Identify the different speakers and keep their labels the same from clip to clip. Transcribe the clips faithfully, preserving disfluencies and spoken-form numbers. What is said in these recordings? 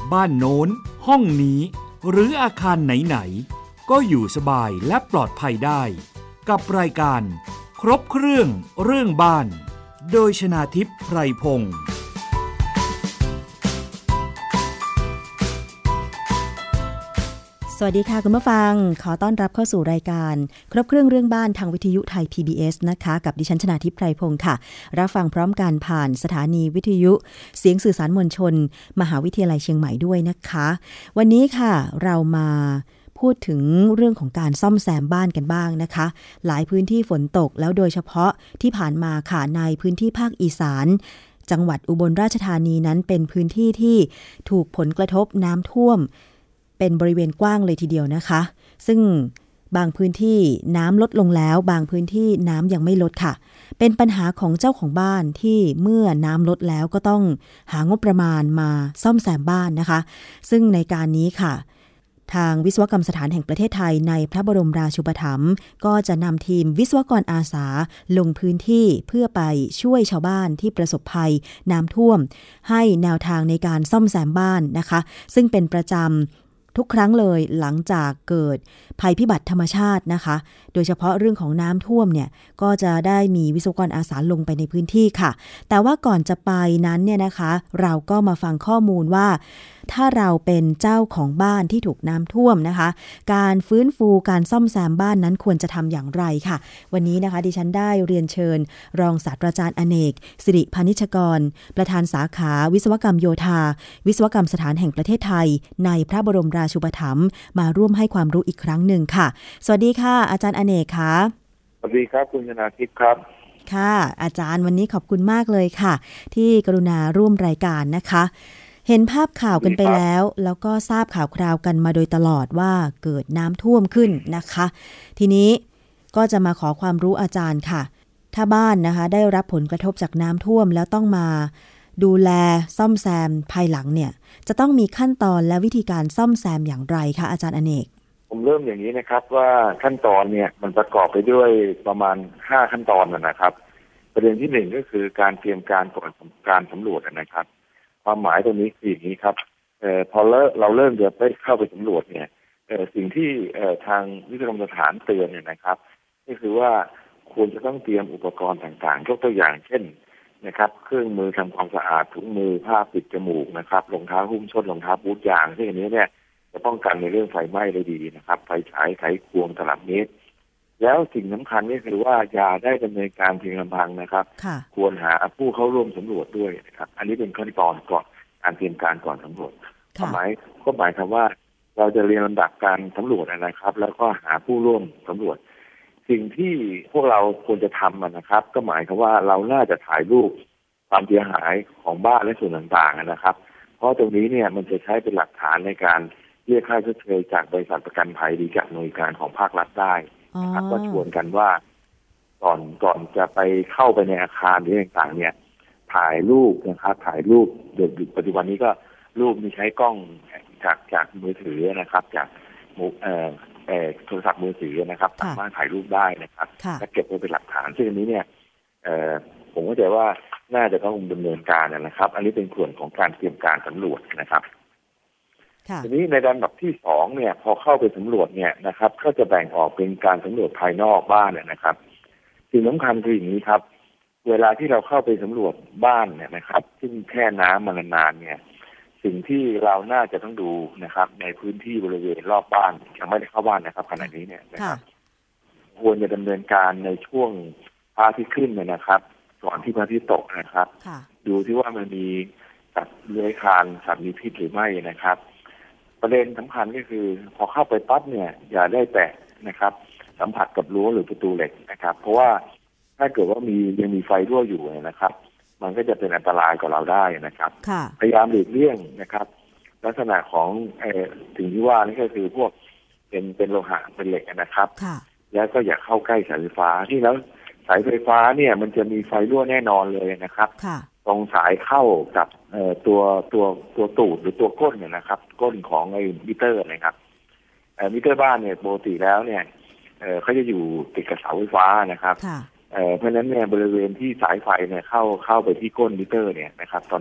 Speaker 1: บ้านโน้นห้องนี้หรืออาคารไหนๆก็อยู่สบายและปลอดภัยได้กับรายการครบเครื่องเรื่องบ้านโดยชนาทิพย์ไพรพงศ์
Speaker 2: สวัสดีค่ะคุณผู้ฟังขอต้อนรับเข้าสู่รายการครบเครื่องเรื่องบ้านทางวิทยุไทย พี บี เอส นะคะกับดิฉันชนาทิพย์ไพรพงศ์ค่ะรับฟังพร้อมกันผ่านสถานีวิทยุเสียงสื่อสารมวลชนมหาวิทยาลัยเชียงใหม่ด้วยนะคะวันนี้ค่ะเรามาพูดถึงเรื่องของการซ่อมแซมบ้านกันบ้างนะคะหลายพื้นที่ฝนตกแล้วโดยเฉพาะที่ผ่านมาค่ะในพื้นที่ภาคอีสานจังหวัดอุบลราชธานีนั้นเป็นพื้นที่ที่ถูกผลกระทบน้ำท่วมเป็นบริเวณกว้างเลยทีเดียวนะคะซึ่งบางพื้นที่น้ำลดลงแล้วบางพื้นที่น้ำยังไม่ลดค่ะเป็นปัญหาของเจ้าของบ้านที่เมื่อน้ำลดแล้วก็ต้องหางบประมาณมาซ่อมแซมบ้านนะคะซึ่งในการนี้ค่ะทางวิศวกรรมสถานแห่งประเทศไทยในพระบรมราชูปถัมภ์ก็จะนำทีมวิศวกรอาสาลงพื้นที่เพื่อไปช่วยชาวบ้านที่ประสบภัยน้ำท่วมให้แนวทางในการซ่อมแซมบ้านนะคะซึ่งเป็นประจำทุกครั้งเลยหลังจากเกิดภัยพิบัติธรรมชาตินะคะโดยเฉพาะเรื่องของน้ำท่วมเนี่ยก็จะได้มีวิศวกรอาสาลงไปในพื้นที่ค่ะแต่ว่าก่อนจะไปนั้นเนี่ยนะคะเราก็มาฟังข้อมูลว่าถ้าเราเป็นเจ้าของบ้านที่ถูกน้ำท่วมนะคะการฟื้นฟูการซ่อมแซมบ้านนั้นควรจะทำอย่างไรค่ะวันนี้นะคะดิฉันได้เรียนเชิญรองศาสตราจารย์อเนกสิริพานิชกรประธานสาขาวิศวกรรมโยธาวิศวกรรมสถานแห่งประเทศไทยในพระบรมราชูปถัมภ์มาร่วมให้ความรู้อีกครั้งหนึ่งค่ะสวัสดีค่ะอาจารย์อเนกค่ะ
Speaker 3: สวัสดีครับคุณชนาทิพย์ครับ
Speaker 2: ค่ะอาจารย์วันนี้ขอบคุณมากเลยค่ะที่กรุณาร่วมรายการนะคะเห็นภาพข่าวกันไปแล้วแล้วก็ทราบข่าวคราวกันมาโดยตลอดว่าเกิดน้ำท่วมขึ้นนะคะทีนี้ก็จะมาขอความรู้อาจารย์ค่ะถ้าบ้านนะคะได้รับผลกระทบจากน้ำท่วมแล้วต้องมาดูแลซ่อมแซมภายหลังเนี่ยจะต้องมีขั้นตอนและวิธีการซ่อมแซมอย่างไรคะอาจารย์อเนก
Speaker 3: ผมเริ่มอย่างนี้นะครับว่าขั้นตอนเนี่ยมันประกอบไปด้วยประมาณห้าขั้นตอนนะครับประเด็นที่หนึ่งก็คือการเตรียมการก่อนการสำรวจนะครับความหมายตรงนี้คืออย่างนี้ครับเอ่อพอเราเริ่มจะไปเข้าไปสำรวจเนี่ยเอ่อสิ่งที่เอ่อทางวิศวกรรมสถานเตือนเนี่ยนะครับก็คือว่าควรจะต้องเตรียมอุปกรณ์ต่างๆยกตัวอย่างเช่นนะครับเครื่องมือทำความสะอาดถุงมือผ้าปิดจมูกนะครับรองเท้าหุ้มส้นรองเท้าบูทยางที่อันนี้เนี่ยจะป้องกันในเรื่องไฟไหม้ได้ดีนะครับไฟฉายไขควงตลับเมตรแล้วสิ่งสำคัญก็คือว่าอย่าได้ดำเนินการเพียงลำพังนะครับควรหาผู้เข้าร่วมสำรวจด้วยนะครับอันนี้เป็นขั้นตอนก่อนการเตรียมการก่อนสำรวจหมายก็หมายความว่าเราจะเรียนลำดับการสำรวจนะครับแล้วก็หาผู้ร่วมสำรวจสิ่งที่พวกเราควรจะทำนะครับก็หมายความว่าเราน่าจะถ่ายรูปความเสียหายของบ้านและส่วนต่างๆนะครับเพราะตรงนี้เนี่ยมันจะใช้เป็นหลักฐานในการเรียกค่าชดเชยจากบริษัทประกันภัยหรือจากหน่วยงานของภาครัฐได้นะครับก็ชวนกันว่าก่อนก่อนจะไปเข้าไปในอาคารหรือต่างๆเนี่ยถ่ายรูปนะครับถ่ายรูปเดี๋ยวปัจจุบันนี้ก็รูปมีใช้กล้องจากจากมือถือนะครับจากเอ่อเอ่อโทรศัพท์มือถือนะครับสามารถถ่ายรูปได้นะครับและเก็บไว้เป็นหลักฐานซึ่งอันนี้เนี่ยเอ่อผมเข้าใจว่าน่าจะต้องดำเนินการนะครับอันนี้เป็นส่วนของการเตรียมการสำรวจนะครับทีนี้ในระดับที่สองเนี่ยพอเข้าไปสำรวจเนี่ยนะครับก็จะแบ่งออกเป็นการสำรวจภายนอกบ้านเนี่ยนะครับสิ่งสำคัญคืออย่างนี้ครับเวลาที่เราเข้าไปสำรวจบ้านเนี่ยนะครับซึ่งแค่น้ำมานานๆเนี่ยสิ่งที่เราน่าจะต้องดูนะครับในพื้นที่บริเวณรอบบ้านยังไม่ได้เข้าบ้านนะครับขณะนี้เนี่ยนะครับควรจะดำเนินการในช่วงพระอาทิตย์ขึ้นเนี่ยนะครับก่อนที่พระอาทิตย์ตกนะครับดูที่ว่ามันมีสัตว์เลื้อยคลานสัตว์มีพิษหรือไม่นะครับประเด็นสำคัญก็คือพอเข้าไปปั๊บเนี่ยอย่าได้แตะนะครับสัมผัสกับรั้วหรือประตูเหล็กนะครับเพราะว่าถ้าเกิดว่ามียังมีไฟรั่วอยู่นะครับมันก็จะเป็นอันตรายกับเราได้นะครับพยายามหลีกเลี่ยงนะครับลักษณะของเอ่อสิ่งที่ว่านี่ก็คือพวกเป็นเป็นโลหะเป็นเหล็กนะครับแล้วก็อย่าเข้าใกล้สายไฟฟ้าที่แล้วสายไฟฟ้าเนี่ยมันจะมีไฟรั่วแน่นอนเลยนะครับตรงสายเข้ากับเอ่อตัวตัวตัวตูดหรือตัวก้นเนี่ยนะครับก้นของไอ้มิเตอร์นะครับเอ่อมิเตอร์บ้านเนี่ยปกติแล้วเนี่ยเอ่อเขาจะอยู่ติดกับเสาไฟฟ้านะครับเอ่อเพราะฉะนั้นเนี่ยบริเวณที่สายไฟเนี่ยเข้าเข้าไปที่ก้นมิเตอร์เนี่ยนะครับตอน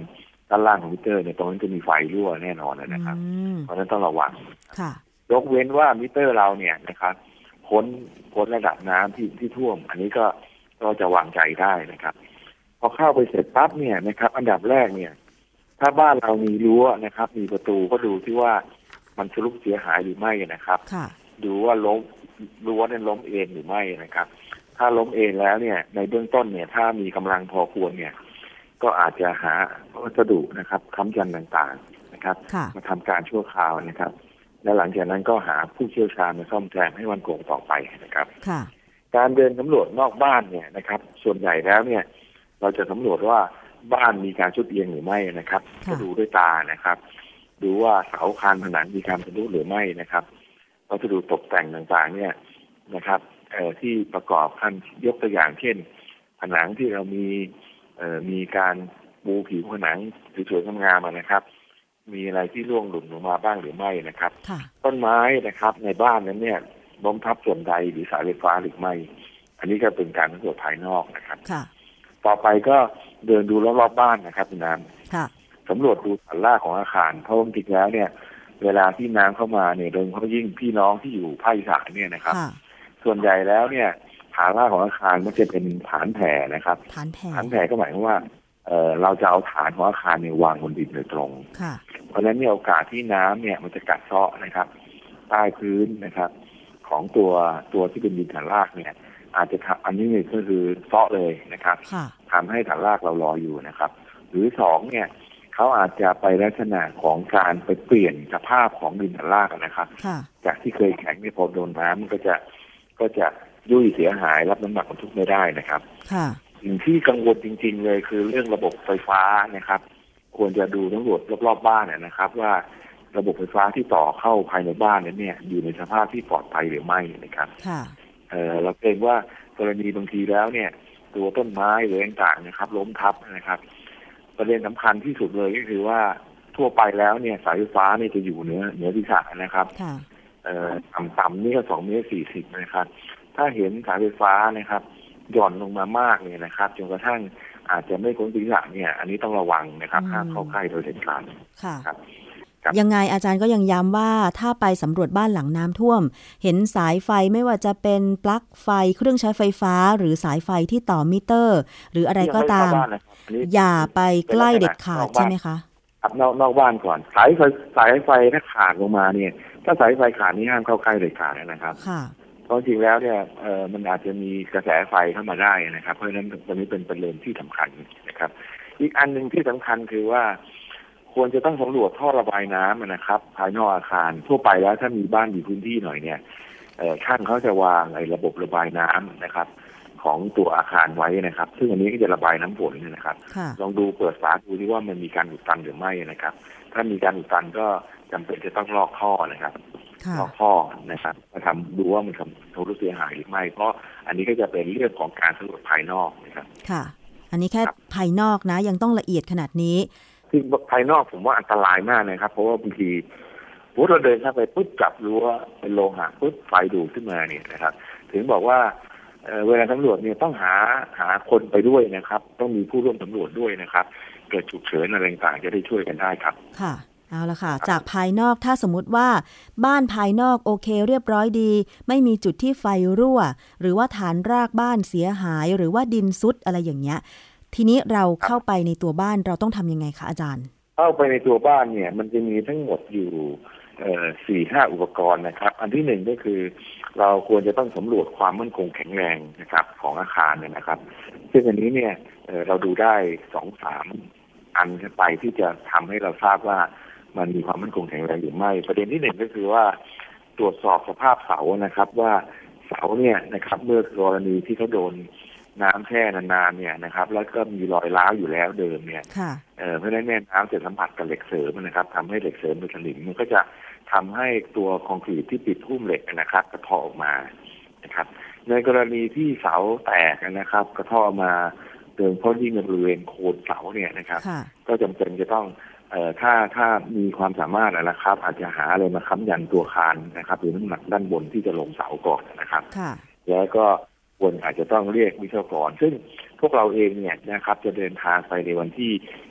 Speaker 3: ด้านล่างของมิเตอร์เนี่ยตรงนั้นจะมีไฟรั่วแน่นอนนะครับเพราะฉะนั้นต้องระวังยกเว้นว่ามิเตอร์เราเนี่ยนะครับพ้นพ้นระดับน้ำที่ที่ท่วมอันนี้ก็ก็จะวางใจได้นะครับพอเข้าไปเสร็จปั๊บเนี่ยนะครับอันดับแรกเนี่ยถ้าบ้านเรามีรั้วนะครับมีประตูก็ดูที่ว่ามันทะลุเสียหายหรือไม่นะครับดูว่าล้มรั้วนั้นล้มเองหรือไม่นะครับถ้าล้มเองแล้วเนี่ยในเบื้องต้นเนี่ยถ้ามีกำลังพอควรเนี่ยก็อาจจะหาวัสดุนะครับค้ำยันต่างๆนะครับมาทำการชั่วคราวนะครับและหลังจากนั้นก็หาผู้เชี่ยวชาญมาซ่อมแซมให้มันคงต่อไปนะครับการเดินสำรวจนอกบ้านเนี่ยนะครับส่วนใหญ่แล้วเนี่ยเราจะสำรวจว่าบ้านมีการทรุดเอียงหรือไม่นะครับก็ดูด้วยตานะครับดูว่าเสาคานผนังมีการทะลุหรือไม่นะครับวัสดุตกแต่งต่างๆเนี่ยนะครับเอ่อที่ประกอบขั้นยกตัวอย่างเช่นผนังที่เรามีเอ่อมีการปูผิวผนังสวยๆงามๆนะครับมีอะไรที่ร่วงหล่นลงมาบ้างหรือไม่นะครับต้นไม้นะครับในบ้านนั้นเนี่ยล้มทับส่วนใดหรือสายไฟฟ้าหรือไม่อันนี้ก็เป็นการสำรวจภายนอกนะครับต่อไปก็เดินดูรอบๆบ้านนะครับคุณน้ำสำรวจดูฐานรากของอาคารเพราะจริงๆแล้วเนี่ยเวลาที่น้ำเข้ามาเนี่ยโดยเฉพาะยิ่งพี่น้องที่อยู่ภาคอีสานเนี่ยนะครับส่วนใหญ่แล้วเนี่ยฐานรากของอาคารมันจะเป็นฐานแผ่นะครับฐานแผ่ฐานแผ่ก็หมายความว่าเอ่อเราจะเอาฐานของอาคารเนี่ยวางบนดินโดยตรงเพราะฉะนั้นเนี่ยโอกาสที่น้ำเนี่ยมันจะกัดเซาะนะครับใต้พื้นนะครับของตัวตัวที่เป็นดินฐานรากเนี่ยอาจจะทำอันนี้เนี่ยก็คือเซาะเลยนะครับทำให้ฐานรากเราลอยอยู่นะครับหรือสองเนี่ยเขาอาจจะไปลักษณะของการไปเปลี่ยนสภาพของดินฐานรากนะครับจากที่เคยแข็งเนี่ยพอโดนน้ำมันก็จะก็จะยุ่ยเสียหายรับน้ำหนักบรรทุกไม่ได้นะครับสิ่งที่กังวลจริงๆเลยคือเรื่องระบบไฟฟ้านะครับควรจะดูตำรวจรอบๆบ้านนะครับว่าระบบไฟฟ้าที่ต่อเข้าภายในบ้านนั้นเนี่ยอยู่ในสภาพที่ปลอดภัยหรือไม่นะครับเอ่อเราเกรงว่ากรณีบางทีแล้วเนี่ยตัวต้นไม้หรือต่างๆนะครับล้มทับนะครับประเด็นสำคัญที่สุดเลยก็คือว่าทั่วไปแล้วเนี่ยสายไฟฟ้าเนี่ยจะอยู่เหนือเหนือศีรษะนะครับเอ่อต่ำๆนี่ก็สองเมตรสี่สิบนะครับถ้าเห็นสายไฟฟ้านะครับหย่อนลงมามากเนี่ยนะครับจนกระทั่งอาจจะไม่พ้นศีรษะเนี่ยอันนี้ต้องระวังนะครับห้ามเข้าใกล้โดยเด็ดขาดครับ
Speaker 2: ยังไงอาจารย์ก็ยังย้ำว่าถ้าไปสำรวจบ้านหลังน้ำท่วมเห็นสายไฟไม่ว่าจะเป็นปลั๊กไฟเครื่องใช้ไฟฟ้าหรือสายไฟที่ต่อมิเตอร์หรืออะไรก็ตามอย่าไปใกล้เด็ดขาดใช่ไหมคะ
Speaker 3: ครับนอกนอกบ้านก่อนสายไฟสายไฟถ้าขาดลงมาเนี่ยถ้าสายไฟขาดนี่ห้ามเข้าใกล้เด็ดขาดนะครับเพราะจริงแล้วเนี่ยเอ่อมันอาจจะมีกระแสไฟเข้ามาได้นะครับเพราะฉะนั้นตรงนี้เป็นประเด็นที่สำคัญนะครับอีกอันหนึ่งที่สำคัญคือว่าควรจะต้องสำรวจท่อระบายน้ำนะครับภายนอกอาคารทั่วไปแล้วถ้ามีบ้านอยู่พื้นที่หน่อยเนี่ยช่างเขาจะวางไอ้ระบบระบายน้ำนะครับของตัวอาคารไว้นะครับซึ่งอันนี้ก็จะระบายน้ำฝนนะครับลองดูเปิดฝาดูที่ว่ามันมีการอุดตันหรือไม่นะครับถ้ามีการอุดตันก็จำเป็นจะต้องลอกท่อนะครับลอกท่อนะครับมาทำดูว่ามันทำทะลุเสียหายหรือไม่เพราะอันนี้ก็จะเป็นเรื่องของการสำรวจภายนอกนะครับ
Speaker 2: ค่ะอันนี้แค่ภายนอกนะยังต้องละเอียดขนาดนี้
Speaker 3: ซึ่งภายนอกผมว่าอันตรายมากนะครับเพราะว่าบางทีพอเราเดินเข้าไปปุ๊บจับรั้วเป็นโลหะปุ๊บไฟดูดขึ้นมาเนี่ยนะครับถึงบอกว่าเอ่อเวลาสำรวจเนี่ยต้องหาหาคนไปด้วยนะครับต้องมีผู้ร่วมสำรวจด้วยนะครับเกิดฉุกเฉินอะไรต่างๆจะได้ช่วยกันได้ครับ
Speaker 2: ค่ะเอาละค่ะจากภายนอกถ้าสมมติว่าบ้านภายนอกโอเคเรียบร้อยดีไม่มีจุดที่ไฟรั่วหรือว่าฐานรากบ้านเสียหายหรือว่าดินซุดอะไรอย่างเงี้ยทีนี้เราเข้าไปในตัวบ้านเราต้องทำยังไงคะอาจารย์
Speaker 3: เข้าไปในตัวบ้านเนี่ยมันจะมีทั้งหมดอยู่เอ่อสี่ห้าอุปกรณ์นะครับอันที่หนึ่งก็คือเราควรจะต้องสำรวจความมั่นคงแข็งแรงนะครับของอาคารเนี่ยนะครับซึ่งอันนี้เนี่ยเอ่อเราดูได้สองสามอันขึ้นไปที่จะทำให้เราทราบว่ามันมีความมั่นคงแข็งแรงหรือไม่ประเด็นที่หนึ่งก็คือว่าตรวจสอบสภาพเสานะครับว่าเสาเนี่ยนะครับเมื่อกรณีที่เขาโดนน้ำแช่นานๆเนี่ยนะครับแล้วก็มีรอยร้าวอยู่แล้วเดิมเนี่ยเอ่อเพราะฉะนั้นแม่น้ำจะสัมผัสกับเหล็กเสริมนะครับทำให้เหล็กเสริมเป็นสนิมมันก็จะทำให้ตัวคอนกรีตที่ปิดหุ้มเหล็กนะครับกระเทาะออกมานะครับในกรณีที่เสาแตกนะครับกระเทาะมาเดิมเพราะยิ่งในบริเวณโคนเสาเนี่ยนะครับก็จำเป็นจะต้องเอ่อถ้าถ้ามีความสามารถนะครับอาจจะหาอะไรมาค้ำยันตัวคานนะครับหรือน้ำหนักด้านบนที่จะลงเสาก่อนนะครับแล้วก็ควรอาจจะต้องเรียกวิศวกรซึ่งพวกเราเองเนี่ยนะครับจะเดินทางไปในวันที่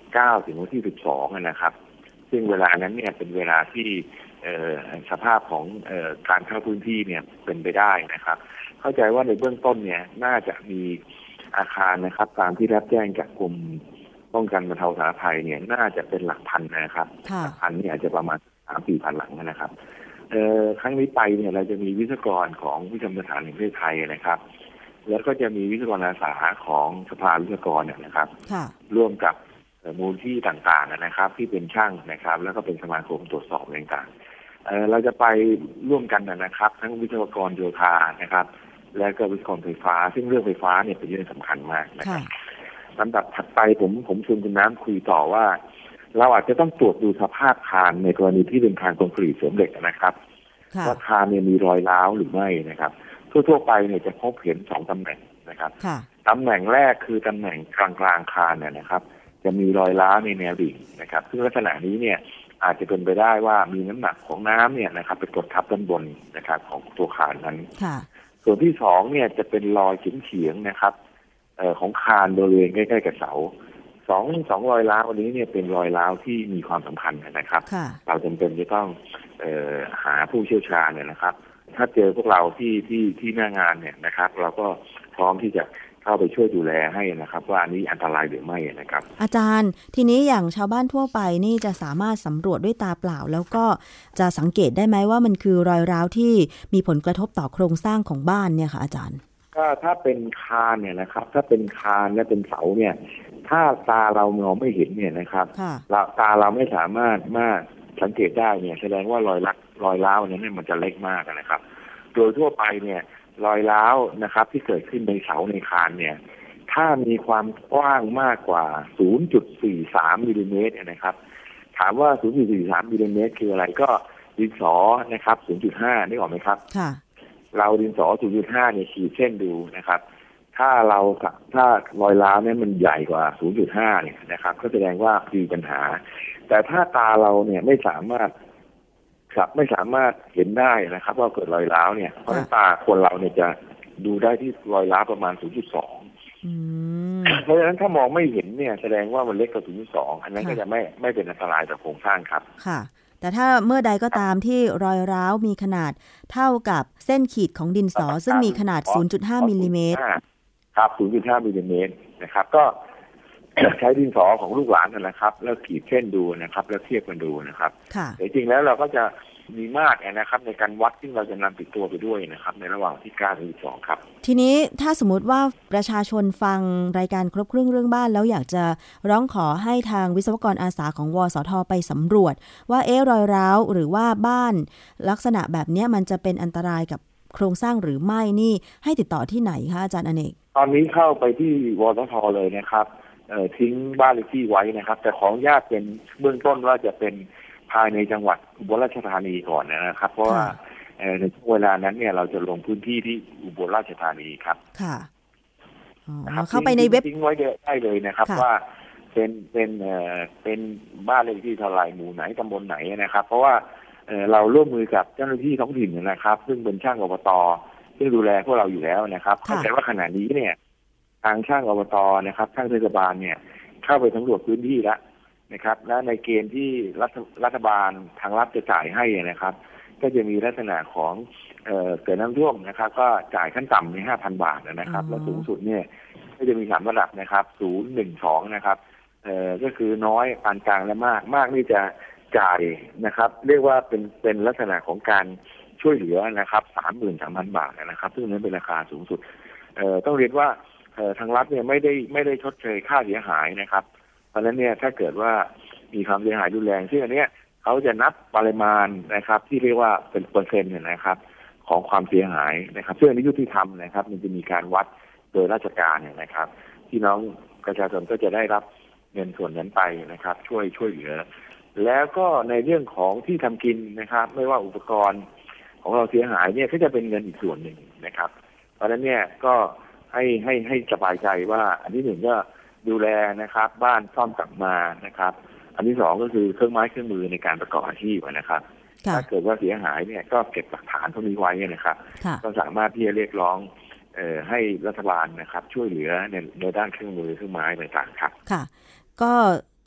Speaker 3: เก้าถึงวันที่สิบสองนะครับซึ่งเวลานั้นเนี่ยเป็นเวลาที่สภาพของการเข้าพื้นที่เนี่ยเป็นไปได้นะครับเข้าใจว่าในเบื้องต้นเนี่ยน่าจะมีอาคารนะครับตามที่รับแจ้งจากกรมป้องกันบรรเทาสาธารณภัยเนี่ยน่าจะเป็นหลักพันนะครับหลักพันนี่อาจจะประมาณสามสี่พันหลังนะครับครั้งนี้ไปเนี่ยเราจะมีวิศวกรของวิศวกรรมสถานแห่งประเทศไทยนะครับแล้วก็จะมีวิศวกรอาสาของสภาวิศวกรเนี่ยนะครับร่วมกับมูลที่ต่างๆนะครับที่เป็นช่างนะครับแล้วก็เป็นสมาคมตรวจสอบต่างๆเราจะไปร่วมกันนะครับทั้งวิศวกรโยธานะครับและก็วิศวกรไฟฟ้าซึ่งเรื่องไฟฟ้าเนี่ยเป็นเรื่องสำคัญมากนะครับลำดับถัดไปผมผมชวนคุณน้ำคุยต่อว่าเราอาจจะต้องตรวจดูสภาพคานในกรณีที่เป็นคานคอนกรีตเสริมเหล็กนะครับว่าคานเนี่ยมีรอยร้าวหรือไม่นะครับทั่วๆไปเนี่ยจะพบเห็นสองตำแหน่งนะครับตำแหน่งแรกคือตำแหน่งกลางกลางคานเนี่ยนะครับจะมีรอยร้าวในแนวดิ่งนะครับซึ่งลักษณะนี้เนี่ยอาจจะเป็นไปได้ว่ามีน้ำหนักของน้ำเนี่ยนะครับไปกดทับด้านบนนะครับของตัวคานนั้นส่วนที่สองเนี่ยจะเป็นรอยเฉียงๆนะครับเอ่อของคานบริเวณใกล้ๆกับเสาสองสองรอยร้าวอันนี้เนี่ยเป็นรอยร้าวที่มีความสำคัญนะครับเราจำเป็นจะต้องเอ่อหาผู้เชี่ยวชาญเนี่ยนะครับถ้าเจอพวกเราที่ที่ที่หน้างานเนี่ยนะครับเราก็พร้อมที่จะเข้าไปช่วยดูแลให้นะครับว่าอันนี้อันตรายหรือไม่นะครับ
Speaker 2: อาจารย์ทีนี้อย่างชาวบ้านทั่วไปนี่จะสามารถสำรวจด้วยตาเปล่าแล้วก็จะสังเกตได้ไหมว่ามันคือรอยร้าวที่มีผลกระทบต่อโครงสร้างของบ้านเนี่ยค่ะอาจารย์
Speaker 3: ถ้าถ้าเป็นคานเนี่ยนะครับถ้าเป็นคานและเป็นเสาเนี่ยถ้าตาเรามองไม่เห็นเนี่ยนะครับเราตาเราไม่สามารถมาสังเกตได้เนี่ยแสดงว่ารอยลักรอยร้าวนั้นเนี่ยมันจะเล็กมากนะครับโดยทั่วไปเนี่ยรอยร้าวนะครับที่เกิดขึ้นในเสาในคานเนี่ยถ้ามีความกว้างมากกว่า ศูนย์จุดสี่สาม มิลลิเมตรนะครับถามว่า ศูนย์จุดสี่สาม มิลลิเมตรคืออะไรก็ดินสอนะครับ ศูนย์จุดห้า นึกออกไหมครับค่ะเราดินสอ ศูนย์จุดห้า เนี่ยขีดเส้นดูนะครับถ้าเราถ้ารอยร้าวเนี่ยมันใหญ่กว่า ศูนย์จุดห้า เนี่ยนะครับก็แสดงว่ามีปัญหาแต่ถ้าตาเราเนี่ยไม่สามารถครับไม่สามารถเห็นได้นะครับว่าเกิดรอยร้าวเนี่ยเพราะตาคนเราเนี่ยจะดูได้ที่รอยร้าวประมาณ ศูนย์จุดสอง อืมเพราะฉะนั้นถ้ามองไม่เห็นเนี่ยแสดงว่ามันเล็กกว่า ศูนย์จุดสอง อันนั้นก็จะไม่ไม่เป็นอันตรายต่อโครงสร้างครับ
Speaker 2: ค่ะแต่ถ้าเมื่อใดก็ตามที่รอยร้าวมีขนาดเท่ากับเส้นขีดของดินสอซึ่งมีขนาด ศูนย์จุดห้า มิลลิเมตร
Speaker 3: ครับ ศูนย์จุดห้า มิลลิเมตรนะครับก็ใช้ดินสอของลูกหลานนั่นแหละครับแล้วขีดเส้นดูนะครับแล้วเทียบกันดูนะครับแต่จริงแล้วเราก็จะมีมาตรนะครับในการวัดที่เราจะนำติดตัวไปด้วยนะครับในระหว่างที่เก้าถึงสิบสองครับ
Speaker 2: ทีนี้ถ้าสมมติว่าประชาชนฟังรายการครบเครื่องเรื่องบ้านแล้วอยากจะร้องขอให้ทางวิศวกรอาสาของวสท.ไปสำรวจว่าเอ๊ะรอยร้าวหรือว่าบ้านลักษณะแบบนี้มันจะเป็นอันตรายกับโครงสร้างหรือไม่นี่ให้ติดต่อที่ไหนคะอาจารย์อเนก
Speaker 3: ตอนนี้เข้าไปที่วสท.เลยนะครับทิ้งบ้านเลขที่ไว้นะครับแต่ของญาติเป็นเบื้องต้นว่าจะเป็นภายในจังหวัดอุบลราชธานีก่อนนะครับเพราะว่าในช่วงเวลานั้นเนี่ยเราจะลงพื้นที่ที่อุบลราชธานีครับ
Speaker 2: ค่ะเข้าไปในเว็บ
Speaker 3: ทิ้งไว้ได้เลยนะครับว่าเป็นเป็นเอ่อเป็นบ้านเลขที่เท่าไหร่หมู่ไหนตำบลไหนนะครับเพราะว่าเราร่วมมือกับเจ้าหน้าที่ท้องถิ่นนะครับซึ่งเป็นช่างอบต.ซึ่งดูแลพวกเราอยู่แล้วนะครับเข้าใจว่าขณะนี้เนี่ยทางช่างอบต.นะครับช่างเทศบาลเนี่ยเข้าไปสำรวจพื้นที่แล้วนะครับและในเกณฑ์ที่รัฐรัฐบาลทางรัฐจะจ่ายให้นะครับก็จะมีลักษณะของเอ่อเกิดน้ำท่วมนะครับก็จ่ายขั้นต่ำใน ห้าพัน บาทนะครับแล้วสูงสุดเนี่ยก็จะมีสามระดับนะครับศูนย์ หนึ่ง สองนะครับเอ่อก็คือน้อยปานกลางและมากมากนี่จะจ่ายนะครับเรียกว่าเป็นเป็นลักษณะของการช่วยเหลือนะครับ สามหมื่นสามพัน บาทนะครับซึ่งนั้นเป็นราคาสูงสุดเอ่อต้องเรียนว่าเอ่อทางรัฐเนี่ยไม่ได้ไม่ได้ชดเชยค่าเสียหายนะครับเพราะฉะนั้นเนี่ยถ้าเกิดว่ามีความเสียหายรุนแรงซึ่งอันเนี้ยเขาจะนับปริมาณนะครับที่เรียกว่าเป็นเปอร์เซ็นต์เนี่ยนะครับของความเสียหายนะครับซึ่งอันนี้ยุติธรรมนะครับมันจะมีการวัดโดยราชการเนี่ยนะครับที่น้องประชาชนก็จะได้รับเงินส่วนนั้นไปนะครับช่วยช่วยเหลือแล้วก็ในเรื่องของที่ทำกินนะครับไม่ว่าอุปกรณ์ของเราเสียหายเนี่ยก็จะเป็นเงินอีกส่วนหนึ่งนะครับเพราะฉะนั้นเนี่ยก็ให้ให้ให้สบายใจว่าอันที่หนึ่งก็ดูแลนะครับบ้านซ่อมกลับมานะครับอันที่สองก็คือเครื่องไม้เครื่องมือในการประกอบอาชีพนะครับถ้าเกิดว่าเสียหายเนี่ยก็เก็บหลักฐานพวกนี้ไว้นะครับก็สามารถที่จะเรียกร้องเอ่อให้รัฐบาลนะครับช่วยเหลือในในด้านเครื่องมือเครื่องไม้ต่างๆครับ
Speaker 2: ค่ะก็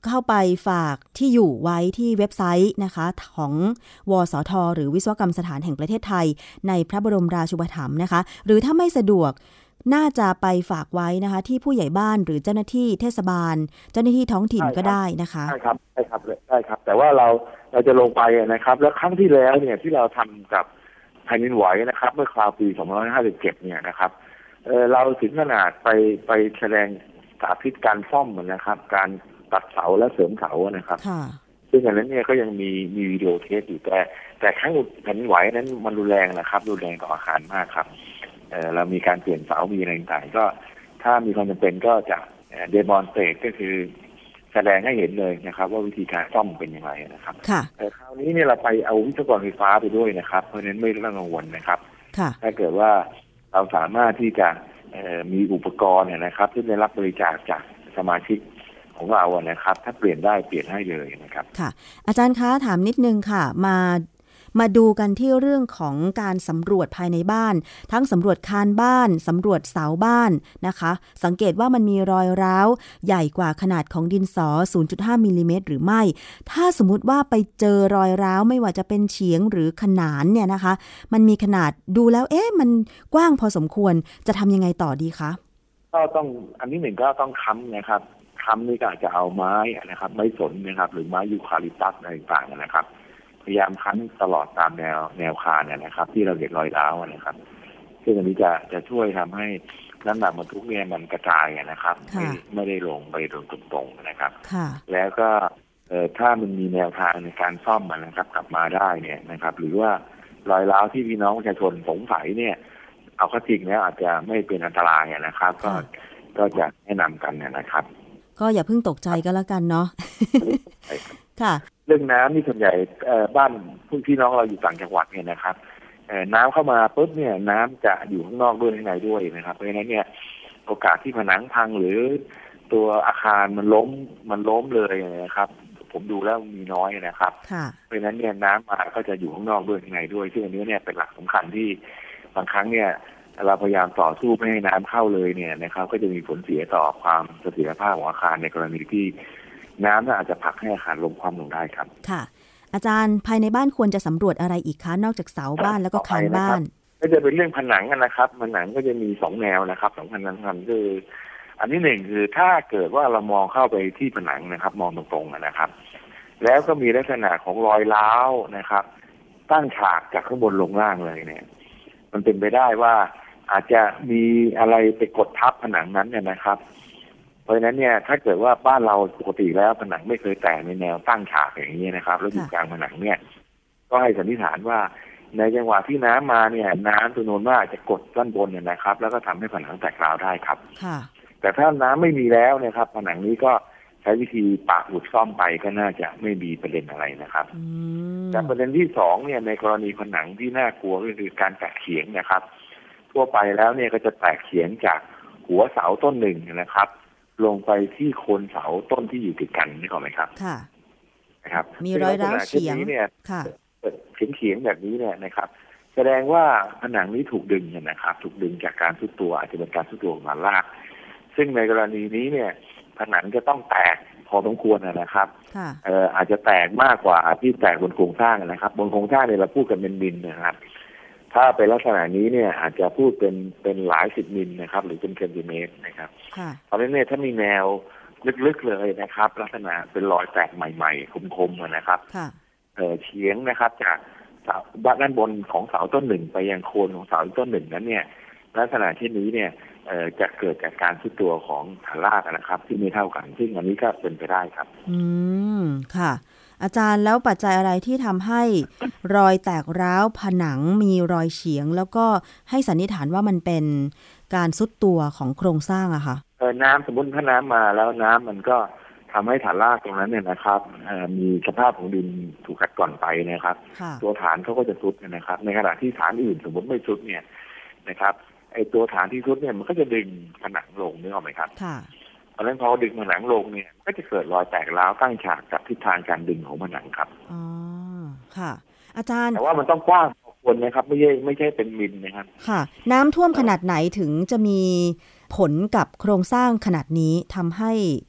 Speaker 2: เข้าไปฝากที่อยู่ไว้ที่เว็บไซต์นะคะของวสทหรือวิศวกรรมสถานแห่งประเทศไทยในพระบรมราชูปถัมภ์นะคะหรือถ้าไม่สะดวกน่าจะไปฝากไว้นะคะที่ผู้ใหญ่บ้านหรือเจ้าหน้าที่เทศบาลเจ้าหน้าที่ท้องถิ่นก็ได้นะคะ
Speaker 3: ใช่ครับใช่ครับใช่ครับแต่ว่าเราเราจะลงไปนะครับแล้วครั้งที่แล้วเนี่ยที่เราทำกับแผ่นดินไหวนะครับเมื่อคราวปีสองพันห้าร้อยห้าสิบเจ็ดเนี่ยนะครับเออเราถึงขนาดไปไปแสดงสาธิตการซ่อมนะครับการตัดเสาและเสริมเสานะครับซึ่งอันนั้นเนี่ยก็ยังมีมีวิดีโอเทปอยู่แต่แต่ครั้งแผ่นดินไหวนั้นมันรุนแรงนะครับรุนแรงต่ออาคารมากครับเออเรามีการเปลี่ยนเสามีอะไรต่างๆก็ถ้ามีความจำเป็นก็จะเดโมนสเตรตก็คือแสดงให้เห็นเลยนะครับว่าวิธีการซ่อมเป็นยังไงนะครับแต่คราวนี้เนี่ยเราไปเอาวิศวกรไฟฟ้าไปด้วยนะครับเพราะฉะนั้นไม่ต้องกังวลนะครับถ้าเกิดว่าเราสามารถที่จะมีอุปกรณ์เนี่ยนะครับที่ได้รับบริจาคจากสมาชิกของเราอะนะครับถ้าเปลี่ยนได้เปลี่ยนให้เลยนะครับ
Speaker 2: ค่ะอาจารย์คะถามนิดนึงค่ะมามาดูกันที่เรื่องของการสำรวจภายในบ้านทั้งสำรวจคานบ้านสำรวจเสาบ้านนะคะสังเกตว่ามันมีรอยร้าวใหญ่กว่าขนาดของดินสอ ศูนย์จุดห้า มิลลิเมตรหรือไม่ถ้าสมมุติว่าไปเจอรอยร้าวไม่ว่าจะเป็นเฉียงหรือขนานเนี่ยนะคะมันมีขนาดดูแล้วเอ๊ะมันกว้างพอสมควรจะทำยังไงต่อดีคะ
Speaker 3: ก็ต้องอันนี้หนึ่งก็ต้องค้ำนะครับค้ำนี่ก็อาจจะเอาไม้นะครับไม้สนนะครับหรือไม้ยูคาลิปตัสอะไรต่างๆนะครับพยายามค้ำตลอดตามแนวแนวคานเนี่ยนะครับที่เราเห็นรอยร้าวนะครับซึ่งอันนี้จะจะช่วยทำให้น้ำหนักบรรทุกเนี่ยมันกระจายนะครับไม่ไม่ได้ลงไปโดนตรงๆนะครับแล้วก็เอ่อถ้ามันมีแนวทางในการซ่อมมันนะครับกลับมาได้เนี่ยนะครับหรือว่ารอยร้าวที่พี่น้องประชาชนสงสัยเนี่ยเอาเข้าจริงแล้วอาจจะไม่เป็นอันตรายนะครับก็ก็จะแนะนำกันนะครับ
Speaker 2: ก็อย่าเพิ่งตกใจก็แล้วกันเนาะค่ะ
Speaker 3: เรื่องน้ำนี่ส่วนใหญ่บ้านพี่น้องเราอยู่ต่างจังหวัดเนี่ยนะครับน้ำเข้ามาปุ๊บเนี่ยน้ำจะอยู่ข้างนอกด้วยข้างในด้วยนะครับเพราะฉะนั้นเนี่ยโอกาสที่ผนังพังหรือตัวอาคารมันล้มมันล้มเลยนะครับผมดูแล้วมีน้อยนะครับเพราะฉะนั้นเนี่ยน้ำมาก็จะอยู่ข้างนอกด้วยข้างในด้วยซึ่งอันนี้เนี่ยเป็นหลักสำคัญที่บางครั้งเนี่ยเราพยายามต่อสู้ไม่ให้น้ำเข้าเลยเนี่ยนะครับก็จะมีผลเสียต่อความเสถียรภาพของอาคารในกรณีที่น้ำน่าอาจจะผลักให้อาคารล้มคว่ำลงได้ครับ
Speaker 2: ค่ะอาจารย์ภายในบ้านควรจะสำรวจอะไรอีกคะนอกจากเสาบ้านแล้วก็คานบ้าน
Speaker 3: ก็จะเป็นเรื่องผนังนะครับผนังก็จะมีสองแนวนะครับสองผนังกันคืออันที่หนึ่งคือถ้าเกิดว่าเรามองเข้าไปที่ผนังนะครับมองตรงๆนะครับแล้วก็มีลักษณะของรอยร้าวนะครับตั้งฉากจากข้างบนลงล่างเลยเนี่ยมันเป็นไปได้ว่าอาจจะมีอะไรไปกดทับผนังนั้นเนี่ยนะครับเพราะฉะนั้นเนี่ยถ้าเกิดว่าบ้านเราปกติแล้วผนังไม่เคยแตกในแนวตั้งฉากอย่างนี้นะครับแล้วอยู่กลางผนังเนี่ยก็ให้สันนิษฐานว่าในจังหวะที่น้ำมาเนี่ยน้ำจำนวนมากจะกดด้านบนเนี่ยนะครับแล้วก็ทำให้ผนังแตกร้าวได้ครับแต่ถ้าน้ำไม่มีแล้วเนี่ยครับผนังนี้ก็ใช้วิธีปะอุดซ่อมไปก็น่าจะไม่มีประเด็นอะไรนะครับแต่ประเด็นที่สองเนี่ยในกรณีผนังที่น่ากลัวก็คือการแตกเฉียงนะครับทั่วไปแล้วเนี่ยก็จะแตกเฉียงจากหัวเสาต้นหนึ่งนะครับลงไปที่โคนเสาต้นที่อยู่ติดกันนี่ขอไหมครับ
Speaker 2: ค่ะ
Speaker 3: นะครับ
Speaker 2: มีรอยร้าวเฉียง
Speaker 3: เนี่ยค่ะเฉียงๆแบบนี้เนี่ยนะครับแสดงว่าผนังนี้ถูกดึงนะครับถูกดึงจากการทรุดตัวอาจจะเป็นการทรุดตัวของฐานรากซึ่งในกรณีนี้เนี่ยผนังจะต้องแตกพอสมควรนะครับเอ่ออาจจะแตกมากกว่าที่แตกบนโครงสร้างนะครับบนโครงสร้างเนี่ยเราพูดกันเป็นมิลนะครับถ้าเป็นลักษณะนี้เนี่ยอาจจะพูดเป็นเป็นหลายสิบมิลนะครับหรือเป็นเซนติเมตรนะครับเพราะฉะนั้นเนี่ยถ้ามีแนวลึกๆเลยนะครับลักษณะเป็นรอยแตกใหม่ๆคมๆนะครับเอ่อเฉียงนะครับจากเสาด้านบนของเสาต้นหนึ่งไปยังโคนของเสาต้นหนึ่งนั้นเนี่ยลักษณะเช่นนี้เนี่ยเอ่อจะเกิดจากการทรุดตัวของฐานรากนะครับที่ไม่เท่ากันซึ่งอันนี้ก็เป็นไปได้ครับ
Speaker 2: อืมค่ะอาจารย์แล้วปัจจัยอะไรที่ทำให้รอยแตกร้าวผนังมีรอยเฉียงแล้วก็ให้สันนิษฐานว่ามันเป็นการทรุดตัวของโครงสร้างอะคะ
Speaker 3: เออน้ำสมมติถ้าน้ำมาแล้วน้ำมันก็ทำให้ฐานรากตรงนั้นเนี่ยนะครับมีสภาพของดินถูกกัดก่อนไปนะครับตัวฐานเขาก็จะทรุดนะครับในขณะที่ฐานอื่นสมมติไม่ทรุดเนี่ยนะครับไอตัวฐานที่ทรุดเนี่ยมันก็จะดึงผนังลงนึกออกไหมครับเพราะฉะนั้นพอดึงผนังลงเนี่ยก็จะเกิดรอยแตกร้าวตั้งฉากกับทิศทางการดึงของผนังครับ
Speaker 2: อ๋อค่ะอาจารย์
Speaker 3: แต่ว่ามันต้องกว้างพอควรนะครับไม่ใช่ไม่ใช่เป็นมิลนะครับ
Speaker 2: ค่ะน้ำท่วมขนาดไหนถึงจะมีผลกับโครงสร้างขนาดนี้ทำให้โ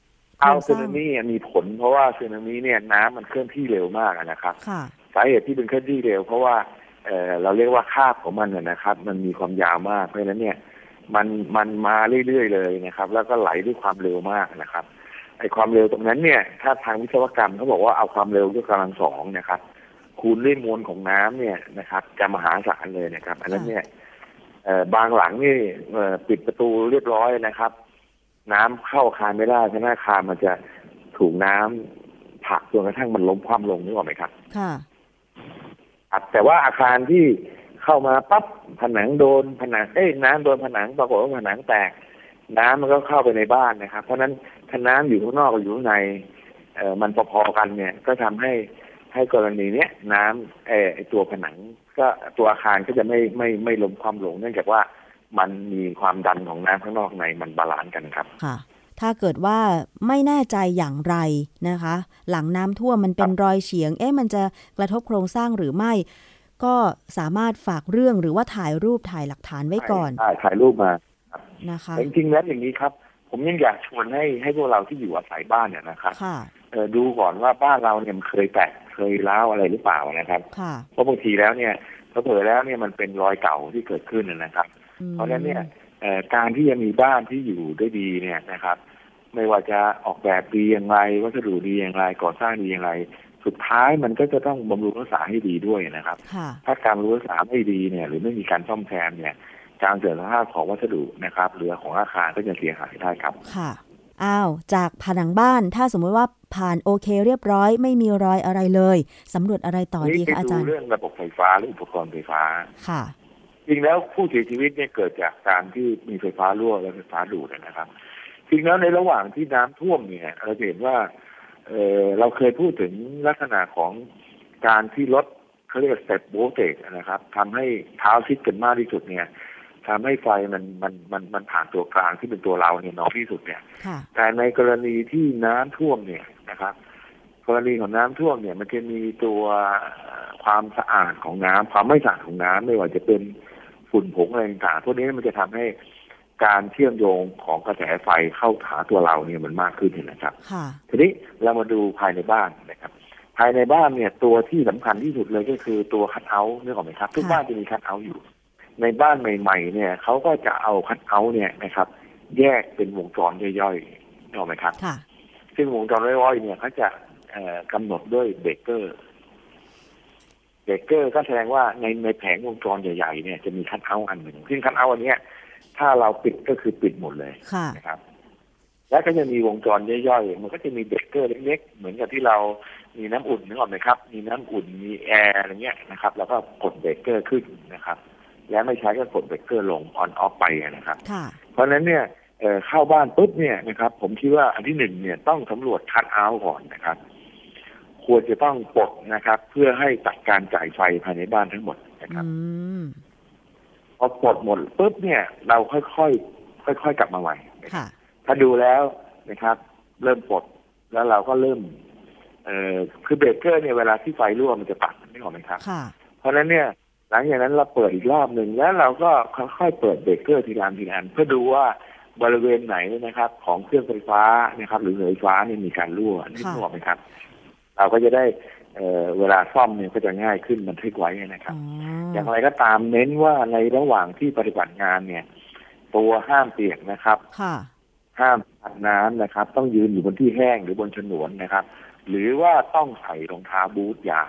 Speaker 3: เอาสึนามิมีผลเพราะว่าสึนามิเนี่ยน้ำมันเคลื่อนที่เร็วมากนะครับสาเหตุที่เป็นเคลื่อนที่เร็วเพราะว่าเอ่อเราเรียกว่าคาบของมันนะครับมันมีความยาวมากเพราะฉะนั้นเนี่ยมันมันมาเรื่อยๆเลยนะครับแล้วก็ไหลด้วยความเร็วมากนะครับไอ้ความเร็วตรงนั้นเนี่ยถ้าทางวิศวกรรมเขาบอกว่าเอาความเร็วยกกำลังสองนะครับคูณด้วยมวลของน้ำเนี่ยนะครับจะมหาศาลเลยนะครับอันนั้นเนี่ยเอ่อบางหลังนี่เอ่อปิดประตูเรียบร้อยนะครับน้ำเข้าอาคารไม่ได้เพราะอาคารมันจะถูกน้ำผลักจนกระทั่งมันล้มคว่ำลงนึกออกไหมครับ
Speaker 2: ค่ะ
Speaker 3: ครับแต่ว่าอาคารที่เข้ามาปั๊บผนังโดนผนังเอ้ยน้ำโดนผนังปรากฏว่าผนังแตกน้ำมันก็เข้าไปในบ้านนะครับเพราะฉะนั้นถ้าน้ำอยู่ข้างนอกกับอยู่ข้างในเอ่อมันพอๆกันเนี่ยก็ทำให้ให้กรณีเนี้ยน้ำเอ่อไอตัวผนังก็ตัวอาคารก็จะไม่ไม่ไม่ล้มคว่ำลงเนื่องจากว่ามันมีความดันของน้ำข้างนอกในมันบาลานซ์กันครับ
Speaker 2: ค่ะถ้าเกิดว่าไม่แน่ใจอย่างไรนะคะหลังน้ำท่วมมันเป็นรอยเฉียงเอ๊ะมันจะกระทบโครงสร้างหรือไม่ก็สามารถฝากเรื่องหรือว่าถ่ายรูปถ่ายหลักฐานไว้ก่อน
Speaker 3: ถ่ายถ่ายรูปมา
Speaker 2: นะคะ
Speaker 3: จริงๆแล้วอย่างนี้ครับผมยังอยากชวนให้ให้พวกเราที่อยู่อาศัยบ้านเนี่ยนะครับเออดูก่อนว่าบ้านเราเนี่ยมันเคยแตกเคยร้าวอะไรหรือเปล่านะครับเพราะบางทีแล้วเนี่ยเผลอแล้วเนี่ยมันเป็นรอยเก่าที่เกิดขึ้นนะครับเพราะฉะนั้นเนี่ยการที่จะมีบ้านที่อยู่ได้ดีเนี่ยนะครับไม่ว่าจะออกแบบดีอย่างไรวัสดุดีอย่างไรก่อสร้างดีอย่างไรสุดท้ายมันก็จะต้องบำรุงรักษาให้ดีด้วยนะครับถ้าการบำรุงรักษาไม่ดีเนี่ยหรือไม่มีการซ่อมแซมเนี่ยการเสื่อมสภาพของวัสดุนะครับหรือของอาคารก็จะเสียหายได้ครับ
Speaker 2: ค่ะอ้าวจากผนังบ้านถ้าสมมติว่าผ่านโอเคเรียบร้อยไม่มีรอยอะไรเลยสำรวจอะไรต่อดีคะอาจารย์
Speaker 3: เรื่องระบบไฟฟ้าหรืออุปกรณ์ไฟฟ้า
Speaker 2: ค่ะ
Speaker 3: จริงแล้วผู้เสียชีวิตเนี่ยเกิดจากการที่มีไฟฟ้ารั่วและไฟฟ้าดูดนะครับจริงแล้วในระหว่างที่น้ำท่วมเนี่ยเราเห็นว่าเออเราเคยพูดถึงลักษณะของการที่รถเขาเรียกสเต็ปโวลเทจนะครับทำให้เท้าชิดกันมากที่สุดเนี่ยทำให้ไฟมันมันมันมันผ่านตัวกลางที่เป็นตัวเราเนี่ยน้อยที่สุดเนี่ยแต่ในกรณีที่น้ำท่วมเนี่ยนะครับกรณีของน้ำท่วมเนี่ยมันจะมีตัวความสะอาดของน้ำความไม่สะอาดของน้ำไม่ว่าจะเป็นฝุ่นผงอะไรต่างๆพวกนี้มันจะทำให้การเชื่อมโยงของกระแสไฟเข้าหาตัวเราเนี่ยมันมากขึ้นนะครับทีนี้เรามาดูภายในบ้านนะครับภายในบ้านเนี่ยตัวที่สำคัญที่สุดเลยก็คือตัวคัทเอาท์นึกออกไหมครับทุกบ้านจะมีคัทเอาท์อยู่ในบ้านใหม่ๆเนี่ยเขาก็จะเอาคัทเอาท์เนี่ยนะครับแยกเป็นวงจรย่อยๆนึกออกไหมครับซึ่งวงจรย่อยๆเนี่ยเขาจะกำหนดด้วยเบรกเกอร์เบรกเกอร์ก็แสดงว่าในในแผงวงจรใหญ่ๆเนี่ยจะมีคัทเอาท์อันหนึ่งซึ่งคัทเอาท์อันนี้ถ้าเราปิดก็คือปิดหมดเลยนะครับและก็จะมีวงจรย่อยๆมันก็จะมีเบรกเกอร์เล็กๆเหมือนกับที่เรามีน้ำอุ่นนึกออกไหมครับมีน้ำอุ่นมีแอร์อะไรเงี้ยนะครับแล้วก็กดเบรกเกอร์ขึ้นนะครับแล้วไม่ใช้ก็กดเบรกเกอร์ลงออนออฟไปนะครับเพราะฉะนั้นเนี่ยเอ่อเข้าบ้านปุ๊บเนี่ยนะครับผมคิดว่าอันที่หนึ่งเนี่ยต้องสำรวจคัทเอาท์ก่อนนะครับควรจะต้องปลดนะครับเพื่อให้ตัดการจ่ายไฟภายในบ้านทั้งหมดนะครับพอปลดหมดปุ๊บเนี่ยเราค่อยๆค่อยๆกลับมาใหม่ถ้าดูแล้วนะครับเริ่มปลดแล้วเราก็เริ่มเอ่อคือเบรกเกอร์เนี่ยเวลาที่ไฟรั่วมันจะตัดไม่ออกไหมครับเพราะฉะนั้นเนี่ยหลังจากนั้นเราเปิดอีกรอบหนึ่งแล้วเราก็ค่อยๆเปิดเบรกเกอร์ทีละอันทีละอันเพื่อดูว่าบริเวณไหนนะครับของเครื่องไฟฟ้านะครับหรือไฟฟ้าเนี่ยมีการรั่วนี่ถูกไหมครับเราก็จะได้เอ่อเวลาซ่อมเนี่ยก็จะง่ายขึ้นบันทึกไว้นะครับอย่างไรก็ตามเน้นว่าในระหว่างที่ปฏิบัติงานเนี่ยตัวห้ามเปียกนะครับห้ามอาบน้ำนะครับต้องยืนอยู่บนที่แห้งหรือบนฉนวนนะครับหรือว่าต้องใส่รองเท้าบูทยาง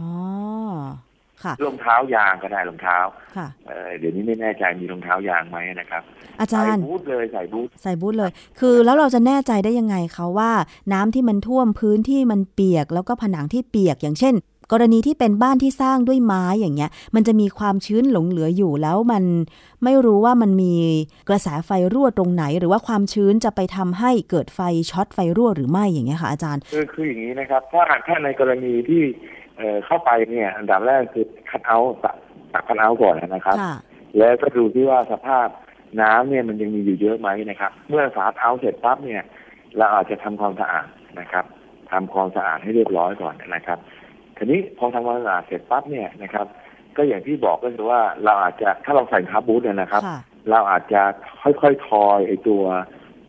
Speaker 3: รองเท้ายางก็ได้รองเท้าเอ่อเดี๋ยวนี้ไม่แน่ใจมีรองเท้ายางไหมนะครับ
Speaker 2: อาจารย์
Speaker 3: ใส่บูทเลยใส่บูท
Speaker 2: ใส่บูทเลยคือแล้วเราจะแน่ใจได้ยังไงคะว่าน้ำที่มันท่วมพื้นที่มันเปียกแล้วก็ผนังที่เปียกอย่างเช่นกรณีที่เป็นบ้านที่สร้างด้วยไม้อย่างเงี้ยมันจะมีความชื้นหลงเหลืออยู่แล้วมันไม่รู้ว่ามันมีกระแสไฟรั่วตรงไหนหรือว่าความชื้นจะไปทำให้เกิดไฟช็อตไฟรั่วหรือไม่อย่างเงี้ยค่ะอาจารย์
Speaker 3: คือคืออย่างนี้นะครับถ้าถ้าในกรณีที่เอ่อเข้าไปเนี่ยอันดับแรกคือคัทเอาท์ตัดตัดคัทเอาท์ก่อนนะครับแล้วก็ดูที่ว่าสภาพน้ำเนี่ยมันยังมีอยู่เยอะไหมนะครับเมื่อสาดเอาท์เสร็จปั๊บเนี่ยเราอาจจะทำความสะอาดนะครับทำความสะอาดให้เรียบร้อยก่อนนะครับทีนี้พอทำความสะอาดเสร็จปั๊บเนี่ยนะครับก็อย่างที่บอกก็คือว่าเราอาจจะถ้าเราใส่คาร์บูทเนี่ยนะครับเราอาจจะค่อยๆทอยไอ้ตัวตัว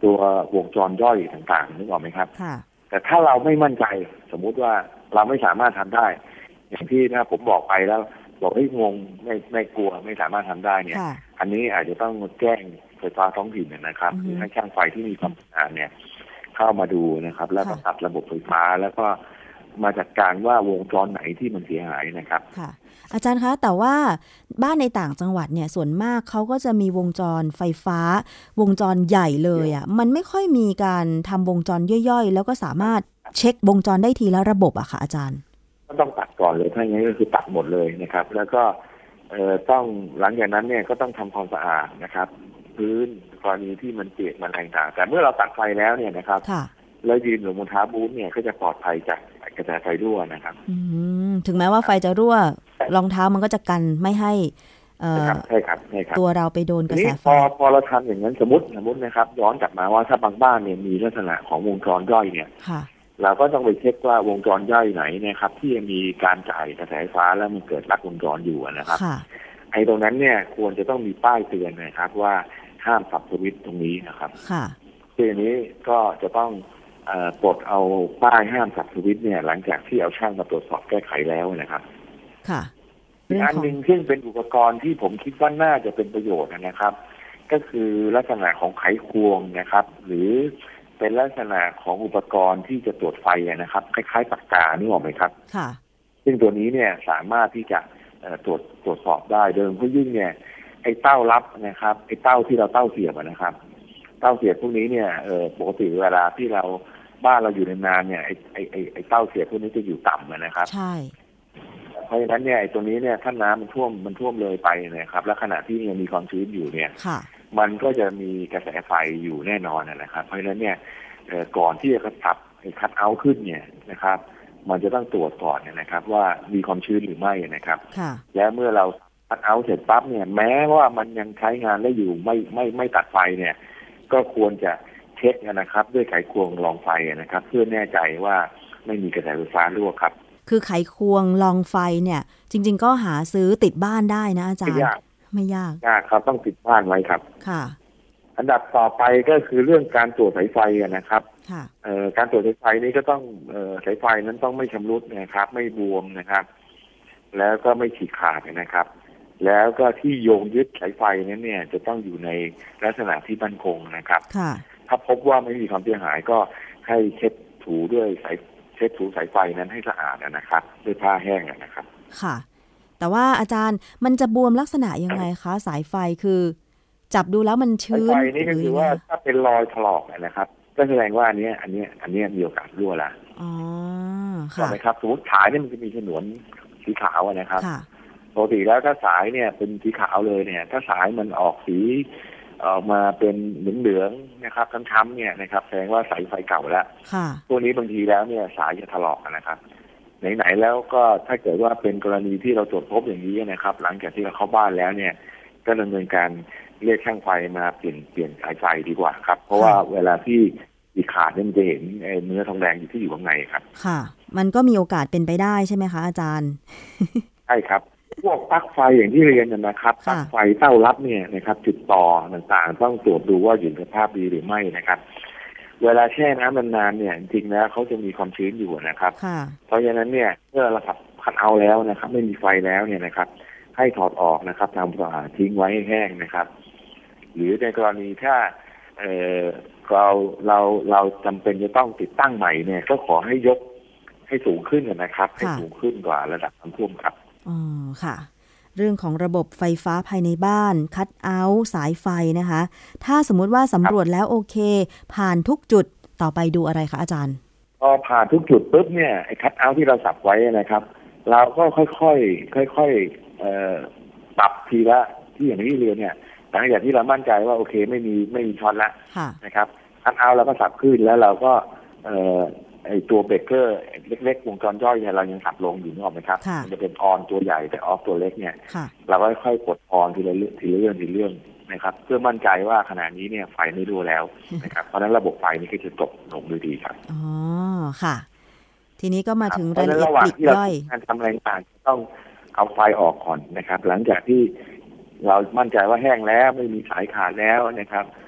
Speaker 3: ตัววงจรย่อยต่างๆนึกออกไหมครับ
Speaker 2: ค่ะ
Speaker 3: แต่ถ้าเราไม่มั่นใจสมมุติว่าเราไม่สามารถทำได้อย่างที่ถ้าผมบอกไปแล้วบอกให้งงไม่ไม่กลัวไม่สามารถทำได้เนี่ยอันนี้อาจจะต้องแจ้งไฟฟ้าท้องถิ่นนะครับหรือให้ช่างไฟที่มีความชำนาญเนี่ยเข้ามาดูนะครับแล้วก็ตัดระบบไฟฟ้าแล้วก็มาจัดการว่าวงจรไหนที่มันเสียหายนะครับ
Speaker 2: ค่ะอาจารย์คะแต่ว่าบ้านในต่างจังหวัดเนี่ยส่วนมากเขาก็จะมีวงจรไฟฟ้าวงจรใหญ่เลยอ่ะมันไม่ค่อยมีการทำวงจรย่อยๆแล้วก็สามารถเช็ควงจรได้ทีละระบบอะค่ะอาจารย์
Speaker 3: ก็ต้องตัดก่อนเลยถ้าอย่างนี้ก็คือตัดหมดเลยนะครับแล้วก็เอ่อต้องหลังจากนั้นเนี่ยก็ต้องทำความสะอาดนะครับพื้นกรณีที่มันเปียกมันอะไรต่างแต่เมื่อเราตัดไฟแล้วเนี่ยนะครับแล้วยืนอยู่บนเท้าบูธเนี่ยก็จะปลอดภัยจากกระแสไฟรั่วนะครับ
Speaker 2: ถึงแม้ว่าไฟจะรั่วรองเท้ามันก็จะกันไม่ให้
Speaker 3: ใช่ครับใช่ครับ
Speaker 2: ตัวเราไปโดนกระแสไฟ
Speaker 3: พอพอเราทำอย่างนั้นสมมติสมมตินะครับย้อนกลับมาว่าถ้าบางบ้านเนี่ยมีลักษณะของวงจรย่อยเนี่ยเราก็ต้องไปเช็คว่าวงจรย่อยไหนนะครับที่มีการจ่ายกระแสไฟฟ้าแล้วมันเกิดลักวงจรอยู่นะครับไอ้ตรงนั้นเนี่ยควรจะต้องมีป้ายเตือนนะครับว่าห้ามสับสวิตช์ตรงนี้นะครับคืออันนี้ก็จะต้องปลดเอาป้ายห้ามสับสวิตช์เนี่ยหลังจากที่เอาช่างมาตรวจสอบแก้ไขแล้วนะครับ
Speaker 2: ค่ะ
Speaker 3: อีกอันหนึ่งซึ่งเป็นอุปกรณ์ที่ผมคิดว่าน่าจะเป็นประโยชน์นะครับก็คือลักษณะของไขควงนะครับหรือเป็นลักษณะของอุปกรณ์ที่จะตรวจไฟนะครับคล้ายๆปากกานี่ออกไหมครับ
Speaker 2: ค่ะ
Speaker 3: ซึ่งตัวนี้เนี่ยสามารถที่จะตรวจตรวจสอบได้เดิมเพราะยิ่งเนี่ยไอ้เต้ารับนะครับไอ้เต้าที่เราเต้าเสียบนะครับเต้าเสียบพวกนี้เนี่ยเออปกติเวลาที่เราบ้านเราอยู่นานๆเนี่ยไอ้ไอ้ไอ้ไอ้เต้าเสียบพวกนี้จะอยู่ต่ำนะครับ
Speaker 2: ใช่
Speaker 3: เพราะฉะนั้นเนี่ยไอ้ตัวนี้เนี่ยถ้าน้ำมันท่วมมันท่วมเลยไปนะครับและขณะที่ยังมีความชื้นอยู่เนี่ยมันก็จะมีกระแสไฟอยู่แน่นอนนะครับเพราะฉะนั้นเนี่ยก่อนที่จะขับไอ้คัทเอาท์ขึ้นเนี่ยนะครับมันจะต้องตรวจก่อนนะครับว่ามีความชื้นหรือไม่นะครับและเมื่อเราคัทเอาท์เสร็จปั๊บเนี่ยแม้ว่ามันยังใช้งานได้อยู่ไม่ไม่ไม่ตัดไฟเนี่ยก็ควรจะเช็คนะครับด้วยไขควงรองไฟนะครับเพื่อแน่ใจว่าไม่มีกระแสไฟฟ้ารั่วครับ
Speaker 2: คือไขควงรองไฟเนี่ยจริงๆก็หาซื้อติดบ้านได้นะอาจารย์ไม่ยากไม่ยาก
Speaker 3: ยากครับต้องติดบ้านไว้ครับ
Speaker 2: ค่ะ
Speaker 3: อันดับต่อไปก็คือเรื่องการตรวจสายไฟนะครับ
Speaker 2: ค่ะ
Speaker 3: เอ่อการตรวจสายไฟนี้ก็ต้องเอ่อสายไฟนั้นต้องไม่ชำรุดนะครับไม่บวมนะครับแล้วก็ไม่ฉีกขาดนะครับแล้วก็ที่โยงยึดสายไฟนั้นเนี่ยจะต้องอยู่ในลักษณะที่มั่นคงนะครับ
Speaker 2: ค่ะ
Speaker 3: ถ้าพบว่าไม่มีความเสียหายก็ให้เช็ดถูด้วยสายเช็ดถูสายไฟนั้นให้สะอาดนะครับด้วยผ้าแห้งนะครับ
Speaker 2: ค่ะแต่ว่าอาจารย์มันจะบวมลักษณะยังไงคะสายไฟคือจับดูแล้วมันชื้น
Speaker 3: สายไฟนี่ก็คือว่าถ้าเป็นรอยถลอกนะครับก็แสดงว่าอันนี้อันนี้อันนี้มีโอกาสรั่วละ
Speaker 2: อ๋อค่ะ
Speaker 3: ใช่ไหมครับสมมติสายนี่มันจะมีฉนวนสีขาวนะครับปกติแล้วถ้าสายเนี่ยเป็นสีขาวเลยเนี่ยถ้าสายมันออกสีออกมาเป็นเหลืองๆนะครับช้ำๆเนี่ยนะครับแสดงว่าสายไฟเก่าแล้วพวกนี้บางทีแล้วเนี่ยสายจะถลอกนะครับไหนๆแล้วก็ถ้าเกิดว่าเป็นกรณีที่เราตรวจพบอย่างนี้นะครับหลังจากที่เราเข้าบ้านแล้วเนี่ยก็ดำเนินการเรียกช่างไฟมาเปลี่ยนเปลี่ยนสายไฟดีกว่าครับเพราะว่าเวลาที่มีขาดเนี่ยมันจะเห็นเนื้อทองแดงอยู่ที่อยู่ข้างในครับ
Speaker 2: ค่ะมันก็มีโอกาสเป็นไปได้ใช่ไหมคะอาจารย์
Speaker 3: ใช่ครับพวกปลั๊กไฟอย่างที่เรียนนะครับปลั๊กไฟเต้ารับเนี่ยนะครับจุดต่อต่างๆต้องตรวจดูว่าอยู่ในสภาพดีหรือไม่นะครับเวลาแช่น้ำนานๆเนี่ยจริงๆแล้วเขาจะมีความชื้นอยู่นะครับเพราะฉะนั้นเนี่ยเมื่อเราขับคัทเอาท์แล้วนะครับไม่มีไฟแล้วเนี่ยนะครับให้ถอดออกนะครับทำความสะอาดทิ้งไว้ให้แห้งนะครับหรือในกรณีถ้าเอ่อเราเราเราจำเป็นจะต้องติดตั้งใหม่เนี่ยก็ขอให้ยกให้สูงขึ้นนะครับให้สูงขึ้นกว่าระดับน้ำท่วมครับ
Speaker 2: อ๋อค่ะเรื่องของระบบไฟฟ้าภายในบ้านคัทเอาท์สายไฟนะคะถ้าสมมุติว่าสำรวจแล้วโอเคผ่านทุกจุดต่อไปดูอะไรคะอาจารย์
Speaker 3: พอผ่านทุกจุดปุ๊บเนี่ยไอ้คัทเอาท์ที่เราสับไว้นะครับเราก็ค่อยๆค่อยๆเอ่อปรับทีละที่อย่างที่เรียนเนี่ยหลังจากที่เรามั่นใจว่าโอเคไม่มีไม่มีช็อตแล้วนะครับคัทเอาท์เราก็สับขึ้นแล้วเราก็เอ่อไอตัวเบรกเกอร์เล็กๆวงจรย่อยเนี่ยเรายังสับลงอยู่นึกออกไหมครับมันจะเป็นออนตัวใหญ่แต่ออฟตัวเล็กเนี่ยเราก็ค่อยๆกดออนทีละเรื่องทีละเรื่องทีละเรื่องนะครับเพื่อมั่นใจว่าขณะนี้เนี่ยไฟไม่รั่วแล้วนะครับเพราะฉะนั้นระบบไฟนี้ก็จะจบลงด้วยดีครับ
Speaker 2: อ๋อค่ะทีนี้ก็มาถึงรายละเอียดปลีกย่อย
Speaker 3: การทำรายงานต้องเอาไฟออกก่อนนะครับหลังจากที่เรามั่นใจว่าแห้งแล้วไม่มีสายขาดแล้วนะครับ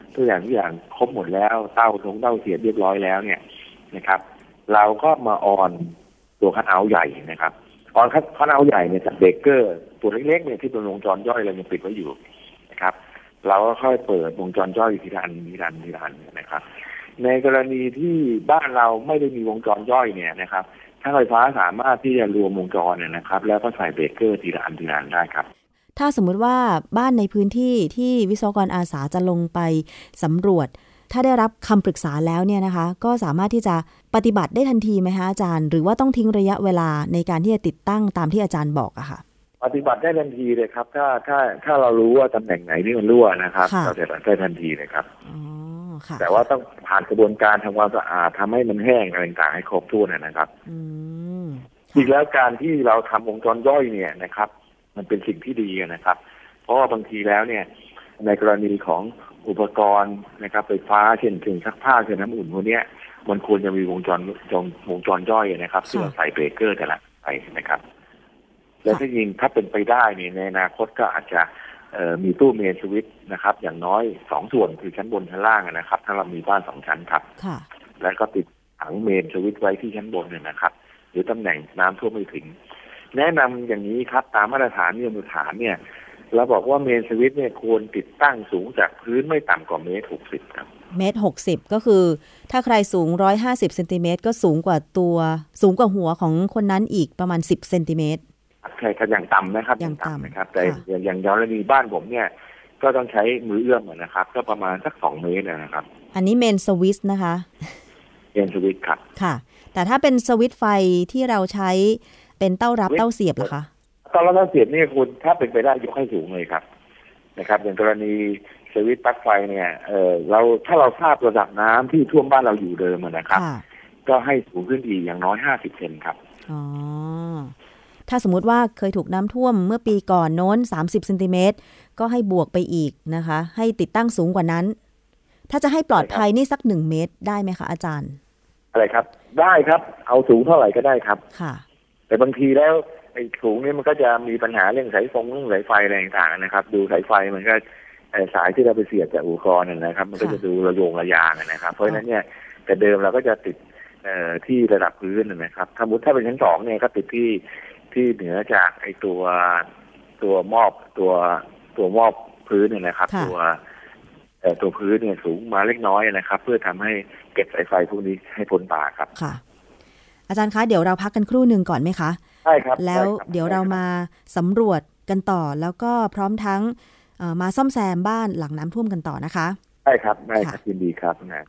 Speaker 3: ตัวอย่างทุกอย่างครบหมดแล้วเต้าทงเต้าเสียบเรียบร้อยแล้วเนี่ยนะครับเราก็มาออนตัวคัทเอาท์ใหญ่นะครับออนคัทเอาท์ใหญ่เนี่ยจากเบรกเกอร์ตัวเล็กๆเนี่ยที่เป็นวงจรย่อยเรายังปิดไว้อยู่นะครับเราก็ค่อยเปิดวงจรย่อยทีละอันทีละอันทีละอันนะครับในกรณีที่บ้านเราไม่ได้มีวงจรย่อยเนี่ยนะครับถ้าไฟฟ้าสามารถที่จะรวมวงจรเนี่ยนะครับแล้วก็ใส่เบรกเกอร์ทีละอันทีละอันได้ครับ
Speaker 2: ถ้าสมมุติว่าบ้านในพื้นที่ที่วิศวกรอาสาจะลงไปสำรวจถ้าได้รับคำปรึกษาแล้วเนี่ยนะคะก็สามารถที่จะปฏิบัติได้ทันทีไหมคะอาจารย์หรือว่าต้องทิ้งระยะเวลาในการที่จะติดตั้งตามที่อาจารย์บอกอะค่ะ
Speaker 3: ปฏิบัติได้ทันทีเลยครับถ้าถ้าถ้าเรารู้ว่าตำแหน่งไหนที่มันรั่วนะครับเราจะได้ทันทีเลยครับแต่ว่าต้องผ่านกระบวนการทำความสะอาดทำให้มันแห้งอะไรต่างๆให้ครบถ้วนนะครับอีกแล้วการที่เราทำวงจรย่อยเนี่ยนะครับมันเป็นสิ่งที่ดีนะครับเพราะว่าบางทีแล้วเนี่ยในกรณีของอุปกรณ์นะครับไฟฟ้าเช่นเครื่องซักผ้าเครื่องน้ำอุ่นพวกนี้มันควรจะมีวงจรวงจรย่อยนะครับซึ่งใส่เบรกเกอร์แต่ละไปนะครับและถ้ายิงถ้าเป็นไปได้เนี่ยในอนาคตก็อาจจะมีตู้เมนสวิตช์นะครับอย่างน้อยสองส่วนคือชั้นบนชั้นล่างนะครับถ้าเรามีบ้านสองชั้นครับแล้วก็ติดถังเมนสวิตช์ไว้ที่ชั้นบนเนี่ยนะครับหรือตำแหน่งน้ำท่วมไม่ถึงแนะนำอย่างนี้ครับตามมาตรฐานนิยมฐานเนี่ยเราบอกว่าเมนสวิตช์เนี่ยควรติดตั้งสูงจากพื้นไม่ต่ำกว่าเมตรหกสิบครับ
Speaker 2: เมตรหกสิบก็คือถ้าใครสูงหนึ่งร้อยห้าสิบเซนติเมตรก็สูงกว่าตัวสูงกว่าหัวของคนนั้นอีกประมาณสิบเซนติเมตร
Speaker 3: ใช่ครับอย่างต่ำนะครับ
Speaker 2: อย่างต่ำ
Speaker 3: นะครับแต่อย่างอย่างกรณีบ้านผมเนี่ยก็ต้องใช้มือเอื้อมนะครับก็ประมาณสักสองเมตรนะครับ
Speaker 2: อันนี้เมนสวิตช์นะคะ
Speaker 3: เมนสวิตช์ครับ
Speaker 2: ค่ะแต่ถ้าเป็นสวิตช์ไฟที่เราใช้เป็นเต้ารับเต้าเสียบเหรอคะ
Speaker 3: เต้ารับเต้าเสียบนี่คุณถ้าเป็นไปได้ยกให้สูงเลยครับนะครับอย่างกรณีสวิตช์ปลั๊กไฟเนี่ยเออเราถ้าเราทราบระดับน้ำที่ท่วมบ้านเราอยู่เดิมนะครับก็ให้สูงขึ้นอีกอย่างน้อยห้าสิบเซนครับ
Speaker 2: อ๋อถ้าสมมุติว่าเคยถูกน้ำท่วมเมื่อปีก่อนโน้นสามสิบเซนติเมตรก็ให้บวกไปอีกนะคะให้ติดตั้งสูงกว่านั้นถ้าจะให้ปลอดภัยนี่สักหนึ่งเมตรได้ไหมคะอาจารย์
Speaker 3: อะไรครับได้ครับเอาสูงเท่าไหร่ก็ได้ครับ
Speaker 2: ค่ะ
Speaker 3: แต่บางทีแล้วไอ้สูงนี่มันก็จะมีปัญหาเรื่องสายฟงเรื่องสายไฟอะไรต่างๆนะครับดูสายไฟมันก็สายที่เราไปเสียบจากอุปกรณ์นะครับมันก็จะดูระโยงระยางนะครับเพราะฉะนั้นเนี่ยแต่เดิมเราก็จะติดที่ระดับพื้นนะครับสมมติถ้าเป็นชั้นสองเนี่ยก็ติดที่ที่เหนือจากไอ้ตัวตัวมอบตัวตัวมอบพื้นเนี่ยนะครับตัวแต่ตัวพื้นเนี่ยสูงมาเล็กน้อยนะครับเพื่อทำให้เก็บสายไฟพวกนี้ให้พ้นตาครับ
Speaker 2: ค่ะอาจารย์คะเดี๋ยวเราพักกันครู่หนึ่งก่อนไหมคะ
Speaker 3: ใช่ครับ
Speaker 2: แล้วเดี๋ยวเรามาสำรวจกันต่อแล้วก็พร้อมทั้งมาซ่อมแซมบ้านหลังน้ำท่วมกันต่อนะคะ
Speaker 3: ใช่ครับได้ครับยินดีครับนะ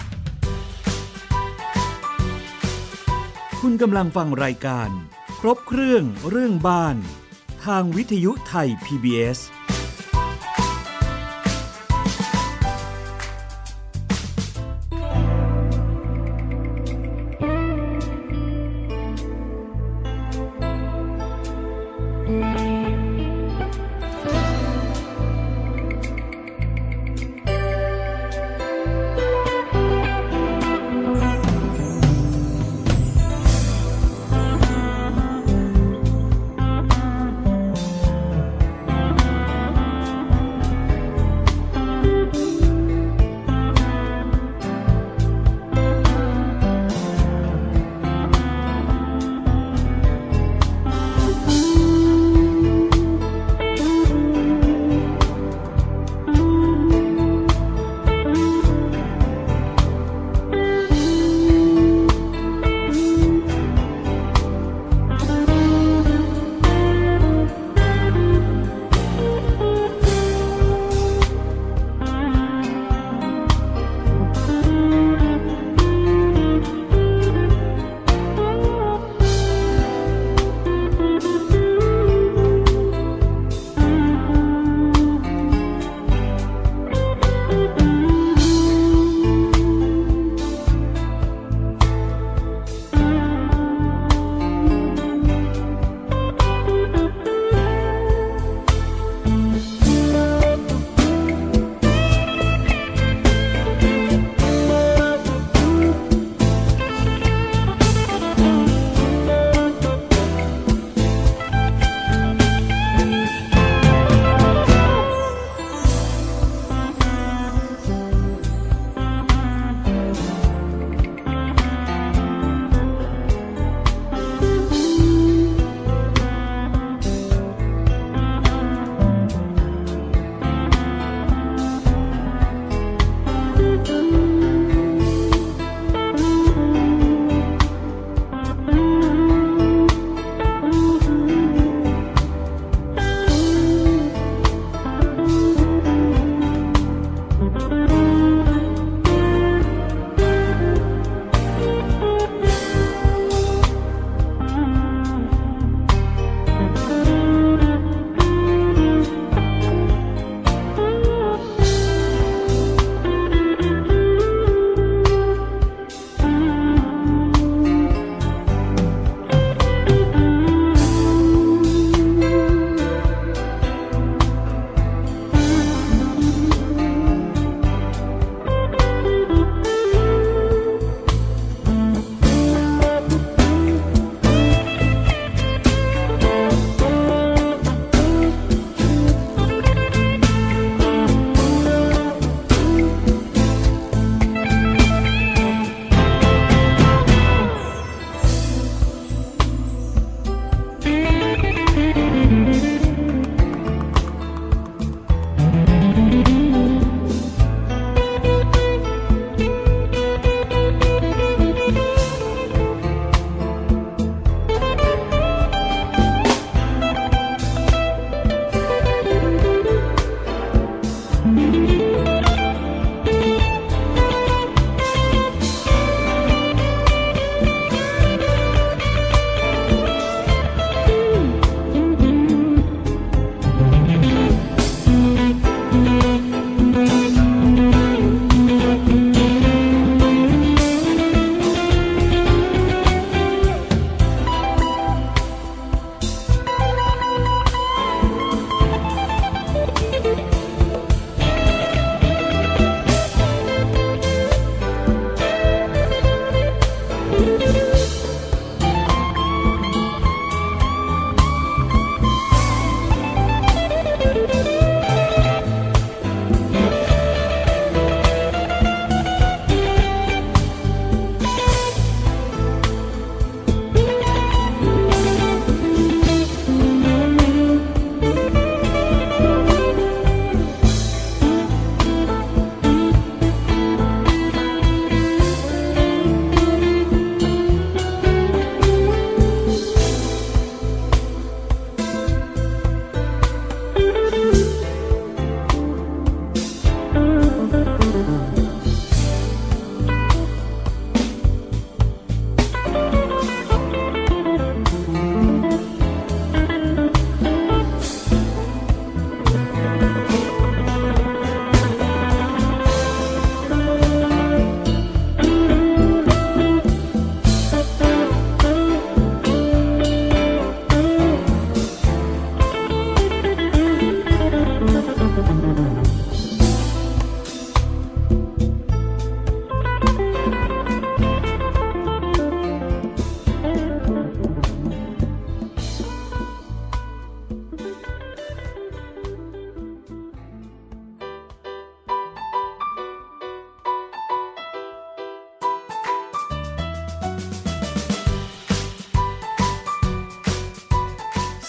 Speaker 1: คุณกำลังฟังรายการครบเครื่องเรื่องบ้านทางวิทยุไทย พี บี เอส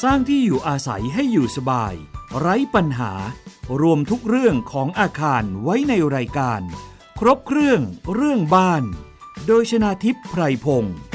Speaker 1: สร้างที่อยู่อาศัยให้อยู่สบายไร้ปัญหารวมทุกเรื่องของอาคารไว้ในรายการครบเครื่องเรื่องบ้านโดยชนาทิพย์ไพรพงศ์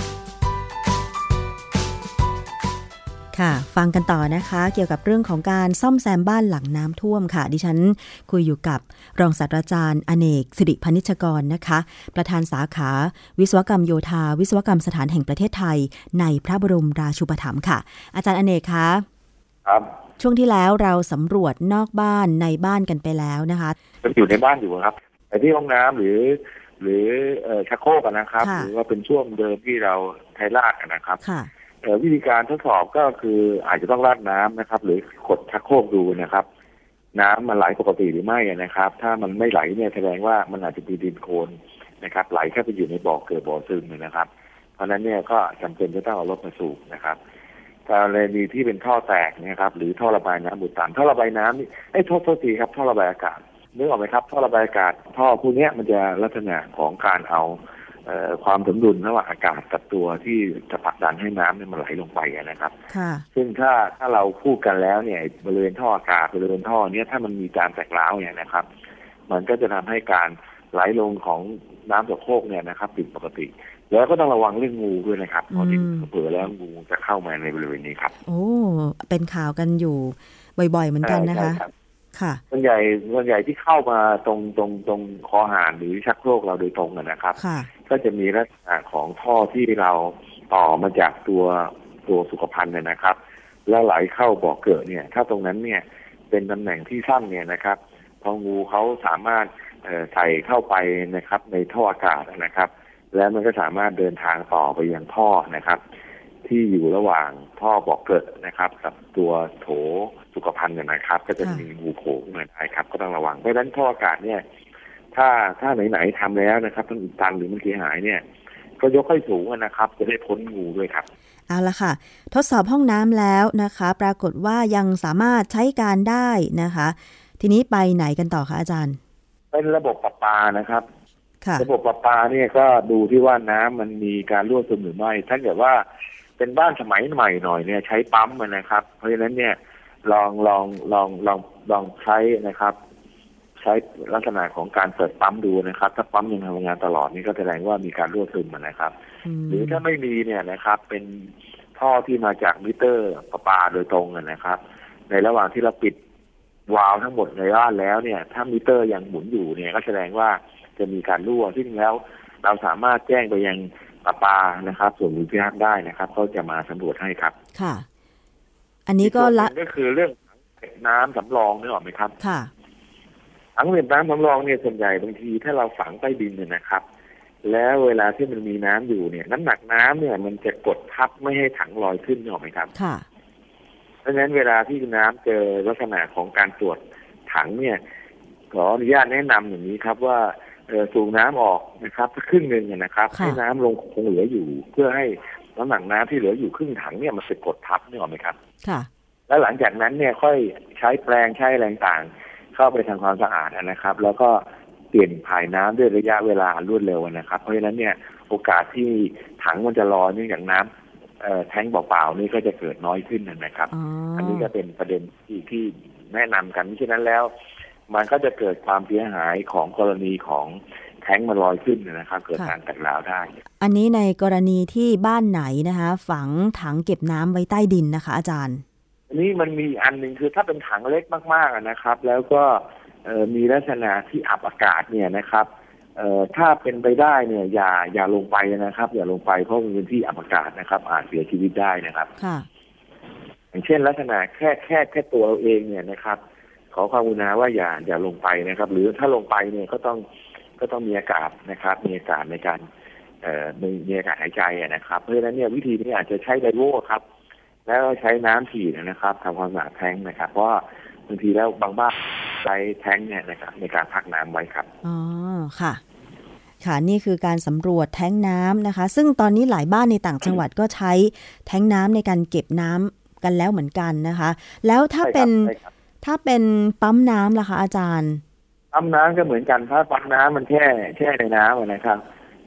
Speaker 2: ค่ะฟังกันต่อนะคะเกี่ยวกับเรื่องของการซ่อมแซมบ้านหลังน้ำท่วมค่ะดิฉันคุยอยู่กับรองศาสตราจารย์อเนกสิริพนิชกรนะคะประธานสาขาวิศวกรรมโยธาวิศวกรรมสถานแห่งประเทศไทยในพระบรมราชูปถัมภ์ค่ะอาจารย์อเนกคะ
Speaker 3: ครับ
Speaker 2: ช่วงที่แล้วเราสำรวจนอกบ้านในบ้านกันไปแล้วนะคะ
Speaker 3: มันอยู่ในบ้านอยู่ครับแต่ที่ห้องน้ำหรือหรือชักโครกนะครับหรือว่าเป็นช่วงเดิมที่เราใช้ลาดนะครับวิธีการทดสอบก็คืออาจจะต้องราดน้ำนะครับหรือกดชักโครกดูนะครับน้ำมันไหลปกติหรือไม่นะครับถ้ามันไม่ไหลเนี่ยแสดงว่ามันอาจจะมีดินโคลนนะครับไหลเข้าไปอยู่ในบ่อเกิดบ่อซึมนะครับเพราะนั้นเนี่ยก็จำเป็นจะต้องเอารถมาสูบนะครับกรณีที่เป็นท่อแตกนะครับหรือท่อระบายน้ำอุดตันท่อระบายน้ำนี่ไอ้ท่อโทษทีครับท่อระบายอากาศนึกออกไหมครับท่อระบายอากาศท่อพวกนี้มันจะลักษณะของการเอาความสมดุลระหว่างอากาศกับตัวที่จะผลักดันให้น้ำเนี่ยมันไหลลงไปนะครับซึ่งถ้าถ้าเราพูดกันแล้วเนี่ยบริเวณท่ออากาศบริเวณท่อเนี้ยถ้ามันมีการแตกร้าวเนี่ยนะครับมันก็จะทำให้การไหลลงของน้ำจากโคกเนี่ยนะครับผิดปกติแล้วก็ต้องระวังเรื่องงูด้วยนะครับเพราะที่เผื่อแล้วงูจะเข้ามาในบริเวณนี้ครับ
Speaker 2: โอ้เป็นข่าวกันอยู่บ่อยๆเหมือนกันนะคะค่ะ
Speaker 3: ส่วนใหญ่ส่วนใหญ่ที่เข้ามาตรงตรงตรงคอหารหรือชักโครกเราโดยตรงนะครับก็จะมีลักษณะของท่อที่เราต่อมาจากตัวตัวสุขภัณฑ์เนี่ยนะครับแล้วไหลเข้าบ่อเกิดเนี่ยถ้าตรงนั้นเนี่ยเป็นตำแหน่งที่สั้นเนี่ยนะครับพองูเขาสามารถใส่เข้าไปนะครับในท่ออากาศนะครับแล้วมันก็สามารถเดินทางต่อไปยังท่อนะครับที่อยู่ระหว่างท่อบ่อเกิดนะครับกับตัวโถสุขภัณฑ์เนี่ยนะครับก็จะมีงูโผล่ขึ้นมาได้ครับก็ต้องระวังเพราะฉะนั้นท่ออากาศเนี่ยถ้าถ้าไหนๆทำแล้วนะครับต้องอุดตันหรือมันเสียหายเนี่ยก็ยกให้สูงนะครับจะได้พ้นงูด้วยครับ
Speaker 2: เอาละค่ะทดสอบห้องน้ำแล้วนะคะปรากฏว่ายังสามารถใช้การได้นะคะทีนี้ไปไหนกันต่อคะอาจารย์
Speaker 3: เป็นระบบประปานะครับระบบประปาเนี่ยก็ดูที่ว่าน้ำมันมีการรั่วซึมหรือไม่ถ้าเกิดว่าเป็นบ้านสมัยใหม่หน่อยเนี่ยใช้ปั๊มนะครับเพราะฉะนั้นเนี่ยลองลองลองลองลองใช้นะครับใช้ลักษณะของการเปิดปั๊มดูนะครับถ้าปั๊มยังทำงานตลอดนี่ก็แสดงว่ามีการรั่วซึมนะครับหรือถ้าไม่มีเนี่ยนะครับเป็นท่อที่มาจากมิเตอร์ประปาโดยตรงนะครับในระหว่างที่เราปิดวาล์วทั้งหมดในบ้านแล้วเนี่ยถ้ามิเตอร์ยังหมุนอยู่เนี่ยก็แสดงว่าจะมีการรั่วซึ่งแล้วเราสามารถแจ้งไปยังประปานะครับส่วนภูมิภาคได้นะครับเขาจะมาสำรวจให้ครับ
Speaker 2: ค่ะอันนี้ก็ละ
Speaker 3: ก็คือเรื่องเก็บน้ำสำรองนึกออกไหมครับ
Speaker 2: ค่ะ
Speaker 3: ถังเก็บน้ำสำรองเนี่ยส่วนใหญ่บางทีถ้าเราฝังใต้ดินเนี่ยนะครับแล้วเวลาที่มันมีน้ำอยู่เนี่ยน้ำหนักน้ำเนี่ยมันจะกดทับไม่ให้ถังลอยขึ้นนึกออกไหมครับ
Speaker 2: ค่ะ
Speaker 3: เพราะฉะนั้นเวลาที่น้ำเจอลักษณะของการตรวจถังเนี่ยขออนุญาตแนะนำอย่างนี้ครับว่าสูบน้ำออกนะครับครึ่งหนึ่งนะครับให้น้ำลงคงเหลืออยู่เพื่อให้น้ำหนักน้ำที่เหลืออยู่ครึ่งถังเนี่ยมันไปกดทับนึกออกไหมครับ
Speaker 2: ค่ะ
Speaker 3: แล้วหลังจากนั้นเนี่ยค่อยใช้แปรงใช้แรงต่างเข้าไปทำความสะอาดนะครับแล้วก็เปลี่ยนถ่ายน้ำด้วยระยะเวลารวดเร็วนะครับเพราะฉะนั้นเนี่ยโอกาสที่ถังมันจะลอยเนื่องจากน้ำแท้งเปล่าๆนี่ก็จะเกิดน้อยขึ้นนะครับ
Speaker 2: อ,
Speaker 3: อันนี้ก็เป็นประเด็นที่ที่แนะนำกันฉะนั้นแล้วมันก็จะเกิดความเสียหายของกรณีของแท้งมันลอยขึ้นนะครับเกิดการแตกร้าวได้
Speaker 2: อันนี้ในกรณีที่บ้านไหนนะคะฝังถังเก็บน้ำไว้ใต้ดินนะคะอาจารย์
Speaker 3: อันนี้มันมีอันหนึ่งคือถ้าเป็นถังเล็กมากๆนะครับแล้วก็มีลักษณะที่อับอากาศเนี่ยนะครับถ้าเป็นไปได้เนี่ยอย่าอย่าลงไปนะครับอย่าลงไปเพราะเป็นพื้นที่อับอากาศนะครับอาจเสียชีวิตได้นะครับอย่างเช่นลักษณะแค่แค่แค่ตัวเราเองเนี่ยนะครับขอความกรุณาว่าอย่าอย่าลงไปนะครับหรือถ้าลงไปเนี่ยก็ต้องก็ต้องมีอากาศนะครับมีอากาศในการเอ่อมีมีอากาศหายใจนะครับเพราะฉะนั้นเนี่ยวิธีนี้อาจจะใช้ไดโวครับแล้วใช้น้ำฉีดนะครับทำความสะอาดแท้งนะครับเพราะบางทีแล้วบางบ้านใช้แท้งเนี่ยนะครับในการพักน้ำไว้ครับ
Speaker 2: อ๋อค่ะค่ะนี่คือการสำรวจแท้งน้ำนะคะซึ่งตอนนี้หลายบ้านในต่างจังหวัดก็ใช้แท้งน้ำในการเก็บน้ำกันแล้วเหมือนกันนะคะแล้วถ้าเป็นถ้าเป็นปั๊มน้ำล่ะคะอาจารย์
Speaker 3: ปั๊มน้ำก็เหมือนกันถ้าปั๊มน้ำมันแช่แช่ในน้ำนะครับ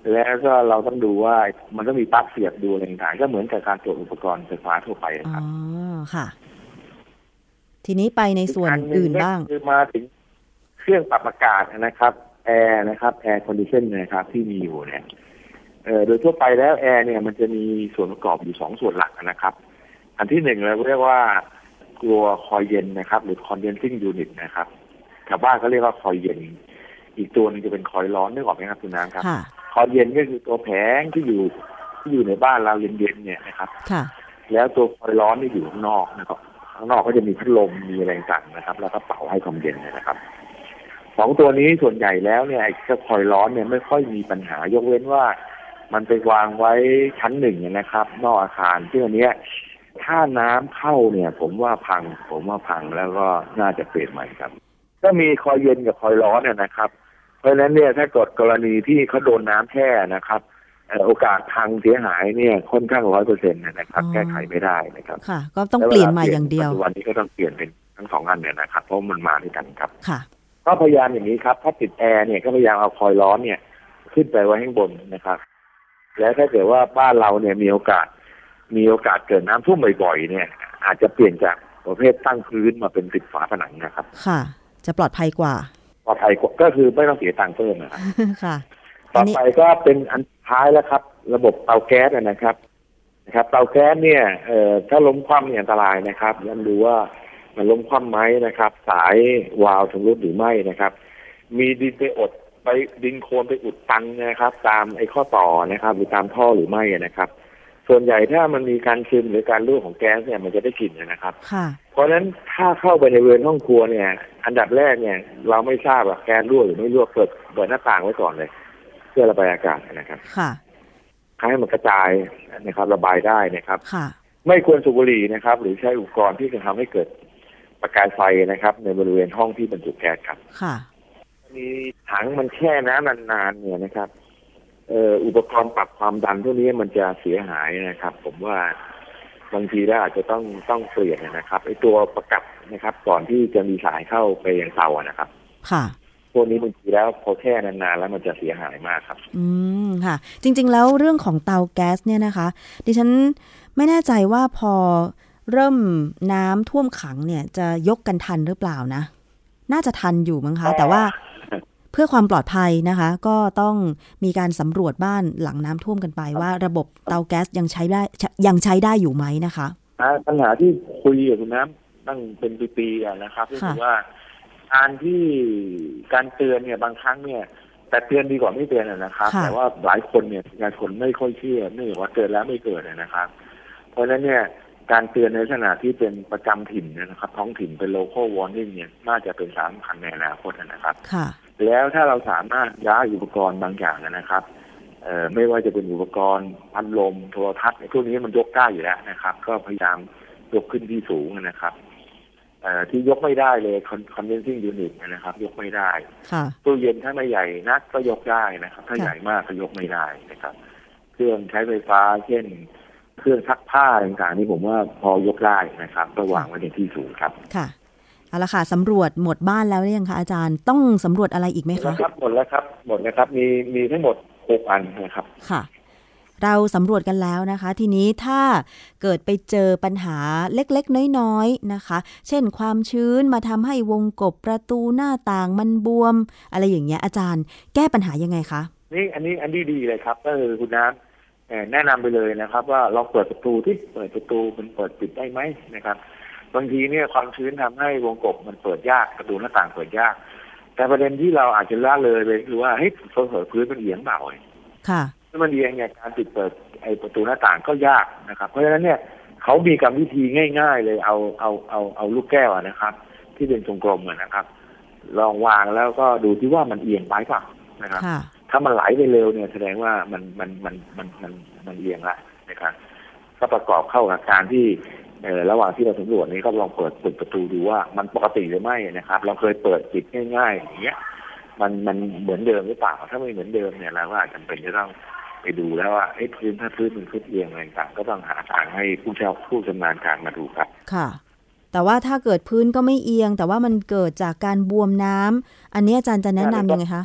Speaker 3: แล้วก็เราต้องดูว่ามันต้องมีปลั๊กเสียบดูอะไรต่างๆก็เหมือนกับการตรวจอุปกรณ์ไฟฟ้าทั่วไปครับ
Speaker 2: อ๋อค่ะทีนี้ไปในส่วนอื่นบ้าง
Speaker 3: คือมาถึงเครื่องปรับอากาศนะครับแอร์นะครับแอร์คอนดิชันนะครับที่มีอยู่เนี่ยเอ่อโดยทั่วไปแล้วแอร์เนี่ยมันจะมีส่วนประกอบอยู่สองส่วนหลักนะครับอันที่หนึ่งเราเรียกว่าตัวคอยเย็นนะครับหรือ condensing unit นะครับชาวบ้านเขาเรียกว่าคอยเย็นอีกตัวนึงจะเป็นคอยร้อนนึกออกไหมครับคุณน้ำครับคอยเย็นก็คือตัวแผงที่อยู่ที่อยู่ในบ้านเราเย็นๆเนี่ยนะครับแล้วตัวคอยร้อนนี่อยู่ข้างนอกนะครับข้างนอกก็จะมีพัดลมมีอะไรต่างๆนะครับแล้วก็เป่าให้ความเย็นนะครับสองตัวนี้ส่วนใหญ่แล้วเนี่ยไอ้เจ้าคอยร้อนเนี่ยไม่ค่อยมีปัญหายกเว้นว่ามันไปวางไว้ชั้นหนึ่งนะครับนอกอาคารซึ่งอันเนี้ยถ้าน้ำเข้าเนี่ยผมว่าพังผมว่าพังแล้วก็น่าจะเปลี่ยนใหม่ครับก็มีคอยเย็นกับคอยร้อนเนี่ยนะครับเพราะฉะนั้นเนี่ยถ้าเกิดกรณีที่เขาโดนน้ำแช่นะครับโอกาสพังเสียหายเนี่ยค่อนข้างร้อยเปอร์เซ็นต์นะครับแก้ไขไม่ได้นะครับ
Speaker 2: ค่ะก็ต้องเปลี่ยนใหม่อย่างเดียว
Speaker 3: วันนี้ก็ต้องเปลี่ยนเป็นทั้งสองอันเนี่ยนะครับเพราะมันมาด้วยกันครับ
Speaker 2: ค่ะ
Speaker 3: ก็พยายามอย่างนี้ครับถ้าติดแอร์เนี่ยก็พยายามเอาคอยร้อนเนี่ยขึ้นไปไว้ข้างบนนะครับแล้วถ้าเกิดว่าบ้านเราเนี่ยมีโอกาสมีโอกาสเกิดน้ำท่วมบ่อยๆเนี่ยอาจจะเปลี่ยนจากประเภทตั้งพื้นมาเป็นติดฝาผนังนะครับ
Speaker 2: ค่ะจะปลอดภัยกว่า
Speaker 3: ปลอดภัยกว่าก็คือไม่ต้องเสียตังค์เพิ่มนะครับ
Speaker 2: ค่ะ
Speaker 3: ต่อไปก็เป็นอันท้ายแล้วครับระบบเตาแก๊สนะครับนะครับเตาแก๊สเนี่ยเอ่อถ้าล้มคว่ำเนี่ยอันตรายนะครับแล้วดูว่ามันล้มคว่ำไหมนะครับสายวาล์วชำรุดหรือไม่นะครับมีดินไปอดไปดินโคลนไปอุดตันนะครับตามไอ้ข้อต่อนะครับหรือตามท่อหรือไม่นะครับส่วนใหญ่ถ้ามันมีการซึมหรือการรั่วของแก๊สเนี่ยมันจะได้กลิ่นนะครับเพราะฉะนั้นถ้าเข้าไปในบริเวณห้องครัวเนี่ยอันดับแรกเนี่ยเราไม่ทราบว่าแก๊สรั่วหรือไม่รั่วเปิดเปิดหน้าต่างไว้ก่อนเลยเพื่อระบายอากาศนะครับ
Speaker 2: ค่ะ
Speaker 3: ให้มันกระจายนะครับระบายได้นะครับ
Speaker 2: ค่ะ
Speaker 3: ไม่ควรสูบบุหรี่นะครับหรือใช้อุปกรณ์ที่จะทำให้เกิดประกายไฟนะครับในบริเวณห้องที่บรรจุแก๊สครับ
Speaker 2: ค่ะ
Speaker 3: มีถังมันแช่น้ำนานๆเนี่ยนะครับเอ่ออุปกรณ์ปรับความดันพวกนี้มันจะเสียหายนะครับผมว่าบางทีแล้วอาจจะต้องต้องเปลี่ยนนะครับไอ้ตัวประกับนะครับก่อนที่จะมีสายเข้าไปยังเตาอะนะครับ
Speaker 2: ค่ะ
Speaker 3: พวกนี้บางทีแล้วพอแช่นานๆแล้วมันจะเสียหายมากครับ
Speaker 2: อืมค่ะจริงๆแล้วเรื่องของเตาแก๊สเนี่ยนะคะดิฉันไม่แน่ใจว่าพอเริ่มน้ำท่วมขังเนี่ยจะยกกันทันหรือเปล่านะน่าจะทันอยู่มั้งคะแต่ว่าเพื่อความปลอดภัยนะคะก็ต้องมีการสำรวจบ้านหลังน้ำท่วมกันไปว่าระบบเตาแก๊สยังใช้ได้ยังใช้ได้อยู่ไหมนะคะ
Speaker 3: ปัญหาที่คุยกับคุณน้ำตั้งเป็นปีๆนะครับก็คือว่าการที่การเตือนเนี่ยบางครั้งเนี่ยแต่เตือนดีกว่าไม่เตือนนะครับแต่ว่าหลายคนเนี่ยประชาชนไม่ค่อยเชื่อเนื่องจากว่าเตือนแล้วไม่เกิดนะครับเพราะฉะนั้นเนี่ยการเตือนในลักษณะที่เป็นประจำถิ่นนะครับท้องถิ่นเป็น local warning เนี่ยน่าจะเป็นสำคัญในอนาคตนะครับแล้วถ้าเราสามารถย้ายอุปกรณ์บางอย่างนะครับเอ่อไม่ว่าจะเป็นอุปกรณ์พัดลมโทรทัศน์พวกนี้มันยกได้อยู่แล้วนะครับก็พยายามยกขึ้นที่สูงนะครับเอ่อที่ยกไม่ได้เลย condensing unit นะครับยกไม่ได้ตู้เย็นถ้าไม่ใหญ่นักก็ยกได้นะครับถ้าใหญ่มากก็ยกไม่ได้นะครับเครื่องใช้ไฟฟ้าเช่นเครื่องซักผ้าต่างๆนี่ผมว่าพอยกได้นะครับก็วางไว้ในที่สูงครับ
Speaker 2: ค่ะเอาละค่ะสำรวจหมดบ้านแล้วหรือยังคะอาจารย์ต้องสำรวจอะไรอีกไหมคะ
Speaker 3: ครับหมดแล้วครับหมดนะครับมีมีทั้งหมดหกอันนะครับ
Speaker 2: ค่ะเราสำรวจกันแล้วนะคะทีนี้ถ้าเกิดไปเจอปัญหาเล็กๆน้อยๆนะคะเช่นความชื้นมาทำให้วงกบประตูหน้าต่างมันบวมอะไรอย่างเงี้ยอาจารย์แก้ปัญหายังไงคะ
Speaker 3: นี่อันนี้อันนี้ดีเลยครับก็คือคุณน้ำแนะนำไปเลยนะครับว่าลองเปิดประตูที่เปิดประตูมันเปิดปิดได้ไหมนะครับบางทีเนี่ยความชื้นทำให้วงกบมันเปิดยากประตูหน้าต่างเปิดยากแต่ประเด็นที่เราอาจจะละเลยไปคือว่าเฮ้ยเผลอพื้นมันเอียงเปล่า
Speaker 2: ค่ะ
Speaker 3: ถ้ามันเอียงเนี่ยการปิดเปิดไอ้ประตูหน้าต่างก็ยากนะครับเพราะฉะนั้นเนี่ยเขามีกรรมวิธีง่ายๆเลยเอาเอาเอาเอาลูกแก้วนะครับที่เป็นทรงกลมนะครับลองวางแล้วก็ดูที่ว่ามันเอียงไปเปล่านะครับถ้ามันไหลไปเร็วเนี่ยแสดงว่ามันมันมันมันมันมันเอียงละนะครับก็ประกอบเข้ากับการที่เอ่อระหว่างที่เราสำรวจนี้ก็ลองเปิดเปิดประตูดูว่ามันปกติหรือไม่นะครับเราเคยเปิดปิดง่ายๆอย่างเงี้ยมันมันเหมือนเดิมหรือเปล่าถ้าไม่เหมือนเดิมเนี่ยเราก็อาจจะเป็นจะต้องไปดูแล้วว่าไอ้พื้นถ้าพื้นมันขึ้นเอียงอะไรต่างก็ต้องหาทางให้ผู้เช่าผู้ชำนาญการมาดูครับ
Speaker 2: ค่ะแต่ว่าถ้าเกิดพื้นก็ไม่เอียงแต่ว่ามันเกิดจากการบวมน้ำอันนี้อาจารย์จะแนะนำยังไงคะ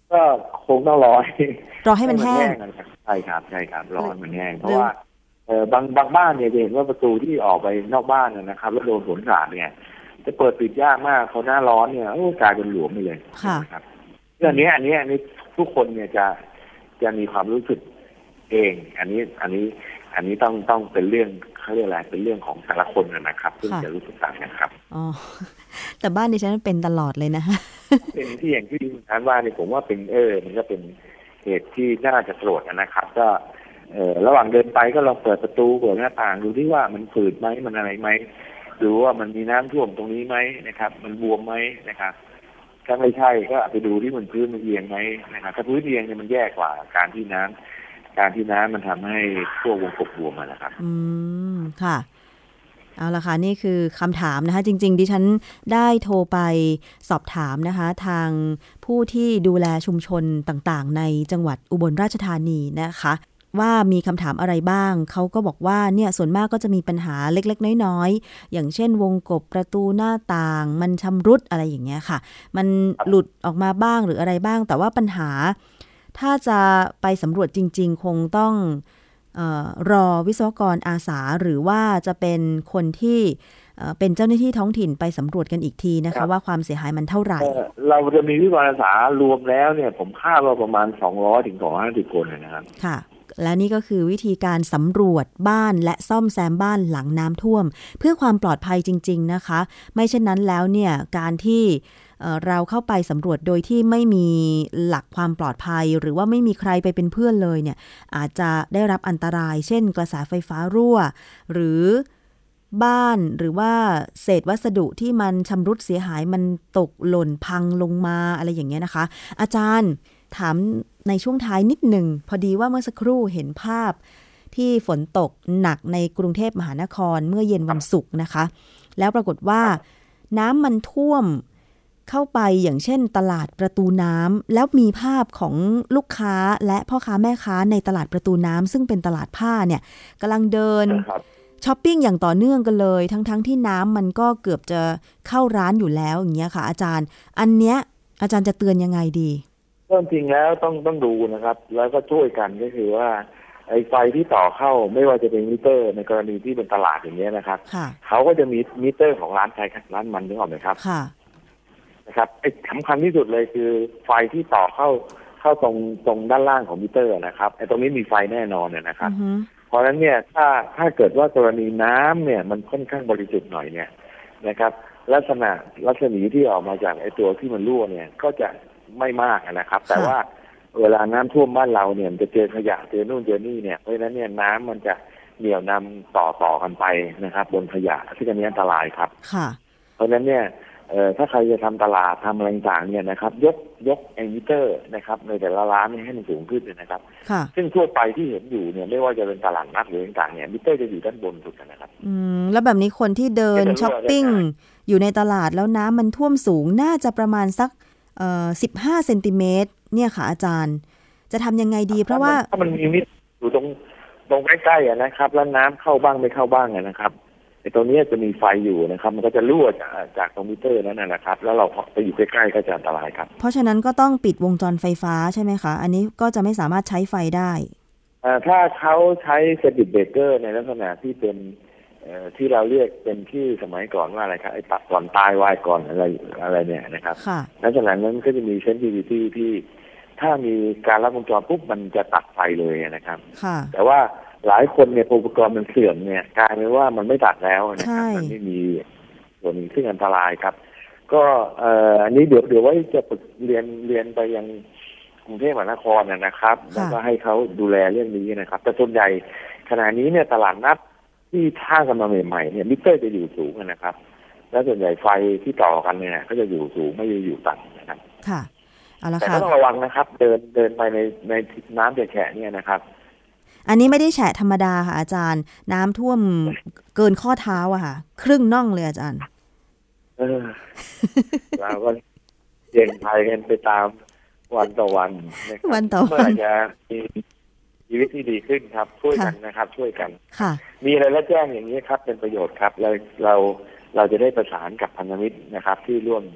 Speaker 3: ก็คงต้องรอ
Speaker 2: รอให้มันแห้ง
Speaker 3: ใช่ครับใช่ครับรอให้มันแห้งเพราะว่าเออบางบางบ้านเนี่ยจะเห็นว่าประตูที่ออกไปนอกบ้านนะครับแล้วโดนฝนสาดเนี่ยจะเปิดปิดยากมากเขาหน้าร้อนเนี่ยโอ้กลายเป็นหลวมไปเลยครับเรื่องนี้อันนี้อันนี้ทุกคนเนี่ยจะจะมีความรู้สึกเองอันนี้อันนี้อันนี้ต้องต้องเป็นเรื่องเขาเรียกอะไรเป็นเรื่องของแต่ละคนนะครับซึ่งจะรู้สึกต่างกันครับ
Speaker 2: อ๋อแต่บ้านดิฉันเป็นตลอดเลยนะ
Speaker 3: เป็นที่อย่างที่ดิฉันว่าเนี่ยผมว่าเป็นเออมันก็เป็นเหตุที่น่าจะตรวจนะครับก็เออระหว่างเดินไปก็ลองเปิดประตูเปิดหน้าต่างดูที่ว่ามันฝืดไหมมันอะไรไหมดูว่ามันมีน้ำท่วมตรงนี้ไหมนะครับมันบวมไหมนะครับถ้าไม่ใช่ก็ไปดูที่มันพื้นมันเอียงไหมนะครับถ้าพื้นเอียงเนี่ยมันแย่กว่าการที่น้ำการที่น้ำมันทำให้พวกวงกบบวมนะครับ
Speaker 2: อืมค่ะเอาละค่ะนี่คือคำถามนะคะจริงๆดิฉันได้โทรไปสอบถามนะคะทางผู้ที่ดูแลชุมชนต่างๆในจังหวัดอุบลราชธานีนะคะว่ามีคำถามอะไรบ้างเขาก็บอกว่าเนี่ยส่วนมากก็จะมีปัญหาเล็กๆน้อยๆอย่างเช่นวงกบประตูหน้าต่างมันชำรุดอะไรอย่างเงี้ยค่ะมันหลุดออกมาบ้างหรืออะไรบ้างแต่ว่าปัญหาถ้าจะไปสำรวจจริงๆคงต้องเอ่อรอวิศวกรอาสาหรือว่าจะเป็นคนที่เป็นเจ้าหน้าที่ท้องถิ่นไปสำรวจกันอีกทีนะคะว่าความเสียหายมันเท่าไหร่
Speaker 3: เราจะมีวิศวกรอาสารวมแล้วเนี่ยผมคาดว่าประมาณสองร้อยถึงสองร้อยห้าสิบคนนะครับ
Speaker 2: ค่ะและนี่ก็คือวิธีการสำรวจบ้านและซ่อมแซมบ้านหลังน้ำท่วมเพื่อความปลอดภัยจริงๆนะคะไม่เช่นนั้นแล้วเนี่ยการที่เราเข้าไปสำรวจโดยที่ไม่มีหลักความปลอดภัยหรือว่าไม่มีใครไปเป็นเพื่อนเลยเนี่ยอาจจะได้รับอันตรายเช่นกระแสไฟฟ้ารั่วหรือบ้านหรือว่าเศษวัสดุที่มันชำรุดเสียหายมันตกหล่นพังลงมาอะไรอย่างเงี้ยนะคะอาจารย์ถามในช่วงท้ายนิดหนึ่งพอดีว่าเมื่อสักครู่เห็นภาพที่ฝนตกหนักในกรุงเทพมหานครเมื่อเย็นวันศุกร์นะคะแล้วปรากฏว่าน้ำมันท่วมเข้าไปอย่างเช่นตลาดประตูน้ำแล้วมีภาพของลูกค้าและพ่อค้าแม่ค้าในตลาดประตูน้ำซึ่งเป็นตลาดผ้าเนี่ยกำลังเดินช้อปปิ้งอย่างต่อเนื่องกันเลยทั้งๆ ท, ที่น้ำมันก็เกือบจะเข้าร้านอยู่แล้วอย่างเงี้ยค่ะอาจารย์อันเนี้ยอาจารย์จะเตือนยังไงดี
Speaker 3: ก็จริงแล้วต้องต้องดูนะครับแล้วก็ช่วยกันก็คือว่าไอ้ไฟที่ต่อเข้าไม่ว่าจะเป็นมิเตอร์ในกรณีที่เป็นตลาดอย่างเงี้ยนะครับเขาก็จะมีมิเตอร์ของร้านใครร้านมันนึกออกไหมครับนะครับไอ้สำคัญที่สุดเลยคือไฟที่ต่อเข้าเข้าตรงตรงด้านล่างของมิเตอร์นะครับไอ้ตรงนี้มีไฟแน่นอนเนี่ยนะครับเพราะฉะนั้นเนี่ยถ้าถ้าเกิดว่ากรณีน้ำเนี่ยมันค่อนข้างบริสุทธิ์หน่อยเนี่ยนะครับลักษณะลักษณะที่ออกมาจากไอ้ตัวที่มันรั่วเนี่ยก็จะไม่มากนะครับแต่ว่าเวลาน้ำท่วมบ้านเราเนี่ยจะเจอขยะเจอนู่นเจอนี่เนี่ยเพราะฉะนั้นเนี่ยน้ำมันจะเหนี่ยวนำต่อต่อกันไปนะครับบนขยะซึ่งอันนี้อันตรายครับเพราะฉะนั้นเนี่ยเอ่อถ้าใครจะทำตลาดทำอะไรต่างเนี่ยนะครับยกยกไอ้มิเตอร์นะครับในแต่ละร้านให้มันสูงขึ้นเลยนะครับซึ่งทั่วไปที่เห็นอยู่เนี่ยไม่ว่าจะเป็นตลาดนัดหรือต่างๆเนี่ยมิเตอร์จะอยู่ด้านบนสุดนะครับ
Speaker 2: อืมแล้วแบบนี้คนที่เดินช้อปปิ้งอยู่ในตลาดแล้วน้ำมันท่วมสูงน่าจะประมาณสักเอ่อสิบห้าเซนติเมตรเนี่ยค่ะอาจารย์จะทำยังไงดีเพราะว่า
Speaker 3: ถ้ามันมีมิเตอร์อยู่ตรงตรงใกล้ๆนะครับแล้วน้ำเข้าบ้างไม่เข้าบ้างนะครับไอ้ตรงนี้จะมีไฟอยู่นะครับมันก็จะรั่วจากจากตรงมิเตอร์นั้นนะครับแล้วเราไปอยู่ใกล้ๆก็จะอันตรายครับ
Speaker 2: เพราะฉะนั้นก็ต้องปิดวงจรไฟฟ้าใช่ไหมคะอันนี้ก็จะไม่สามารถใช้ไฟได้
Speaker 3: อ่าถ้าเขาใช้เซอร์กิตเบรกเกอร์ในลักษณะที่เป็นที่เราเรียกเป็นที่สมัยก่อนว่าอะไรครับไอ้ตัดก่อนตายวายก่อนอะไรอะไรเนี่ยนะครับลักษณะนั้นก็จะมีเซนซิทิวิตี้ที่ถ้ามีการรับวงจรปุ๊บมันจะตัดไฟเลยนะครับแต่ว่าหลายคนเนี่ยอุปกรณ์มันเสื่อมเนี่ยกลายเป็นว่ามันไม่ตัดแล้วนะครับมันไม่มีส่วนนึงซึ่งอันตรายครับก็เอ่ออันนี้เดี๋ยวเดี๋ยวไว้จะเรียนเรียนไปยังกรุงเทพมหานครนะครับแล้วก็ให้เขาดูแลเรื่องนี้นะครับแต่ส่วนใหญ่ขณะนี้เนี่ยตลาดนัดที่ท่ากันมาใหม่ๆเนี่ยมิเตอร์จะอยู่สูงนะครับแล้วส่วนใหญ่ไฟที่ต่อกันเนี่ยก็จะอยู่สูงไม่ได้อยู่ต่ำนะครับ
Speaker 2: ค่ะเอาละค่ะ
Speaker 3: แต่ต้องระวังนะครับเดินเดินไปในในน้ำแฉะเนี่ยนะครับ
Speaker 2: อันนี้ไม่ได้แฉะธรรมดาค่ะอาจารย์น้ำท่วมเกินข้อเท้าอะค่ะครึ่งน่องเลยอาจารย์
Speaker 3: เออเราก็เย็นภัยกันไปตามวันต่อวัน
Speaker 2: วันต่อวัน
Speaker 3: เมื่อจะมีชีวิตที่ดีขึ้นครับช่วยกันนะครับช่วยกันมีอะไรแล้วแจ้งอย่างนี้ครับเป็นประโยชน์ครับเราเราเราจะได้ประสานกับพันธมิตรนะครับที่ร่วม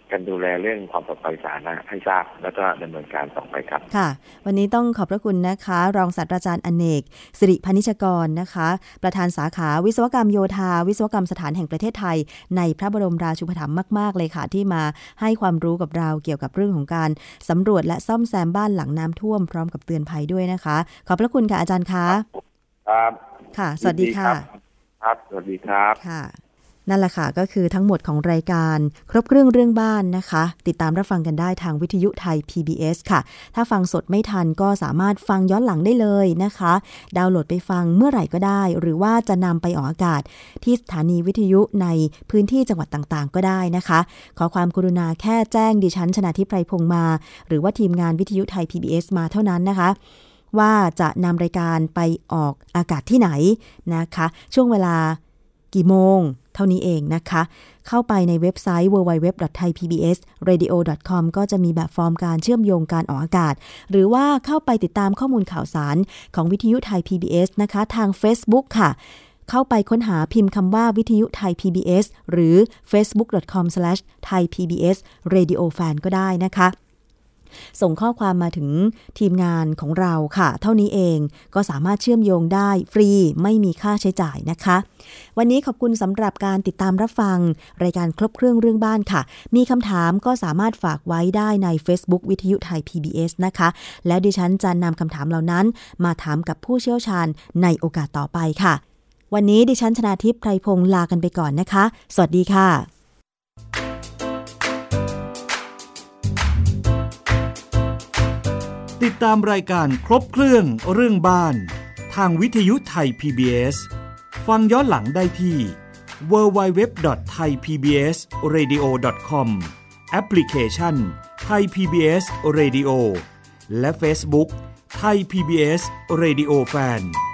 Speaker 3: กันดูแลเรื่องความปลอดภัยสาธารณะให้ทราบแล้วก็ดำเนินการต่อไปครับ
Speaker 2: ค่ะวันนี้ต้องขอบพระคุณนะคะรองศาสตราจารย์อเนกสิริพนิชกรนะคะประธานสาขาวิศวกรรมโยธาวิศวกรรมสถานแห่งประเทศไทยในพระบรมราชูปถัมภ์มากๆเลยค่ะที่มาให้ความรู้กับเราเกี่ยวกับเรื่องของการสำรวจและซ่อมแซมบ้านหลังน้ำท่วมพร้อมกับเตือนภัยด้วยนะคะขอบพระคุณค่ะอาจารย์คะ
Speaker 3: ครับ
Speaker 2: ค่ะสวัสดีค่ะ
Speaker 3: ครับสวัสดีครับ
Speaker 2: ค่ะนั่นแหละค่ะก็คือทั้งหมดของรายการครบเครื่องเรื่องบ้านนะคะติดตามรับฟังกันได้ทางวิทยุไทย พี บี เอส ค่ะถ้าฟังสดไม่ทันก็สามารถฟังย้อนหลังได้เลยนะคะดาวน์โหลดไปฟังเมื่อไหร่ก็ได้หรือว่าจะนำไปออกอากาศที่สถานีวิทยุในพื้นที่จังหวัดต่างๆก็ได้นะคะขอความกรุณาแค่แจ้งดิฉันชนาธิป ไพรพงษ์มาหรือว่าทีมงานวิทยุไทย พี บี เอส มาเท่านั้นนะคะว่าจะนำรายการไปออกอากาศที่ไหนนะคะช่วงเวลากี่โมงเท่านี้เองนะคะเข้าไปในเว็บไซต์ ดับเบิลยู ดับเบิลยู ดับเบิลยู ดอท ไทย พี บี เอส เรดิโอ ดอท คอม ก็จะมีแบบฟอร์มการเชื่อมโยงการออกอากาศหรือว่าเข้าไปติดตามข้อมูลข่าวสารของวิทยุไทย พี บี เอส นะคะทาง Facebook ค่ะเข้าไปค้นหาพิมพ์คำว่าวิทยุไทย พี บี เอส หรือ เฟซบุ๊ก ดอท คอม สแลช ไทย พี บี เอส เรดิโอ แฟน ก็ได้นะคะส่งข้อความมาถึงทีมงานของเราค่ะเท่านี้เองก็สามารถเชื่อมโยงได้ฟรีไม่มีค่าใช้จ่ายนะคะวันนี้ขอบคุณสำหรับการติดตามรับฟังรายการครบเครื่องเรื่องบ้านค่ะมีคำถามก็สามารถฝากไว้ได้ใน Facebook วิทยุไทย พี บี เอส นะคะแล้วดิฉันจะนำคำถามเหล่านั้นมาถามกับผู้เชี่ยวชาญในโอกาสต่อไปค่ะวันนี้ดิฉันชนาทิพย์ ไพรพงษ์ลากันไปก่อนนะคะสวัสดีค่ะ
Speaker 1: ติดตามรายการครบเครื่องเรื่องบ้านทางวิทยุไทย พี บี เอส ฟังย้อนหลังได้ที่ ดับเบิลยู ดับเบิลยู ดับเบิลยู ดอท ไทย พี บี เอส เรดิโอ ดอท คอม แอปพลิเคชัน Thai พี บี เอส Radio และ Facebook Thai พี บี เอส Radio Fan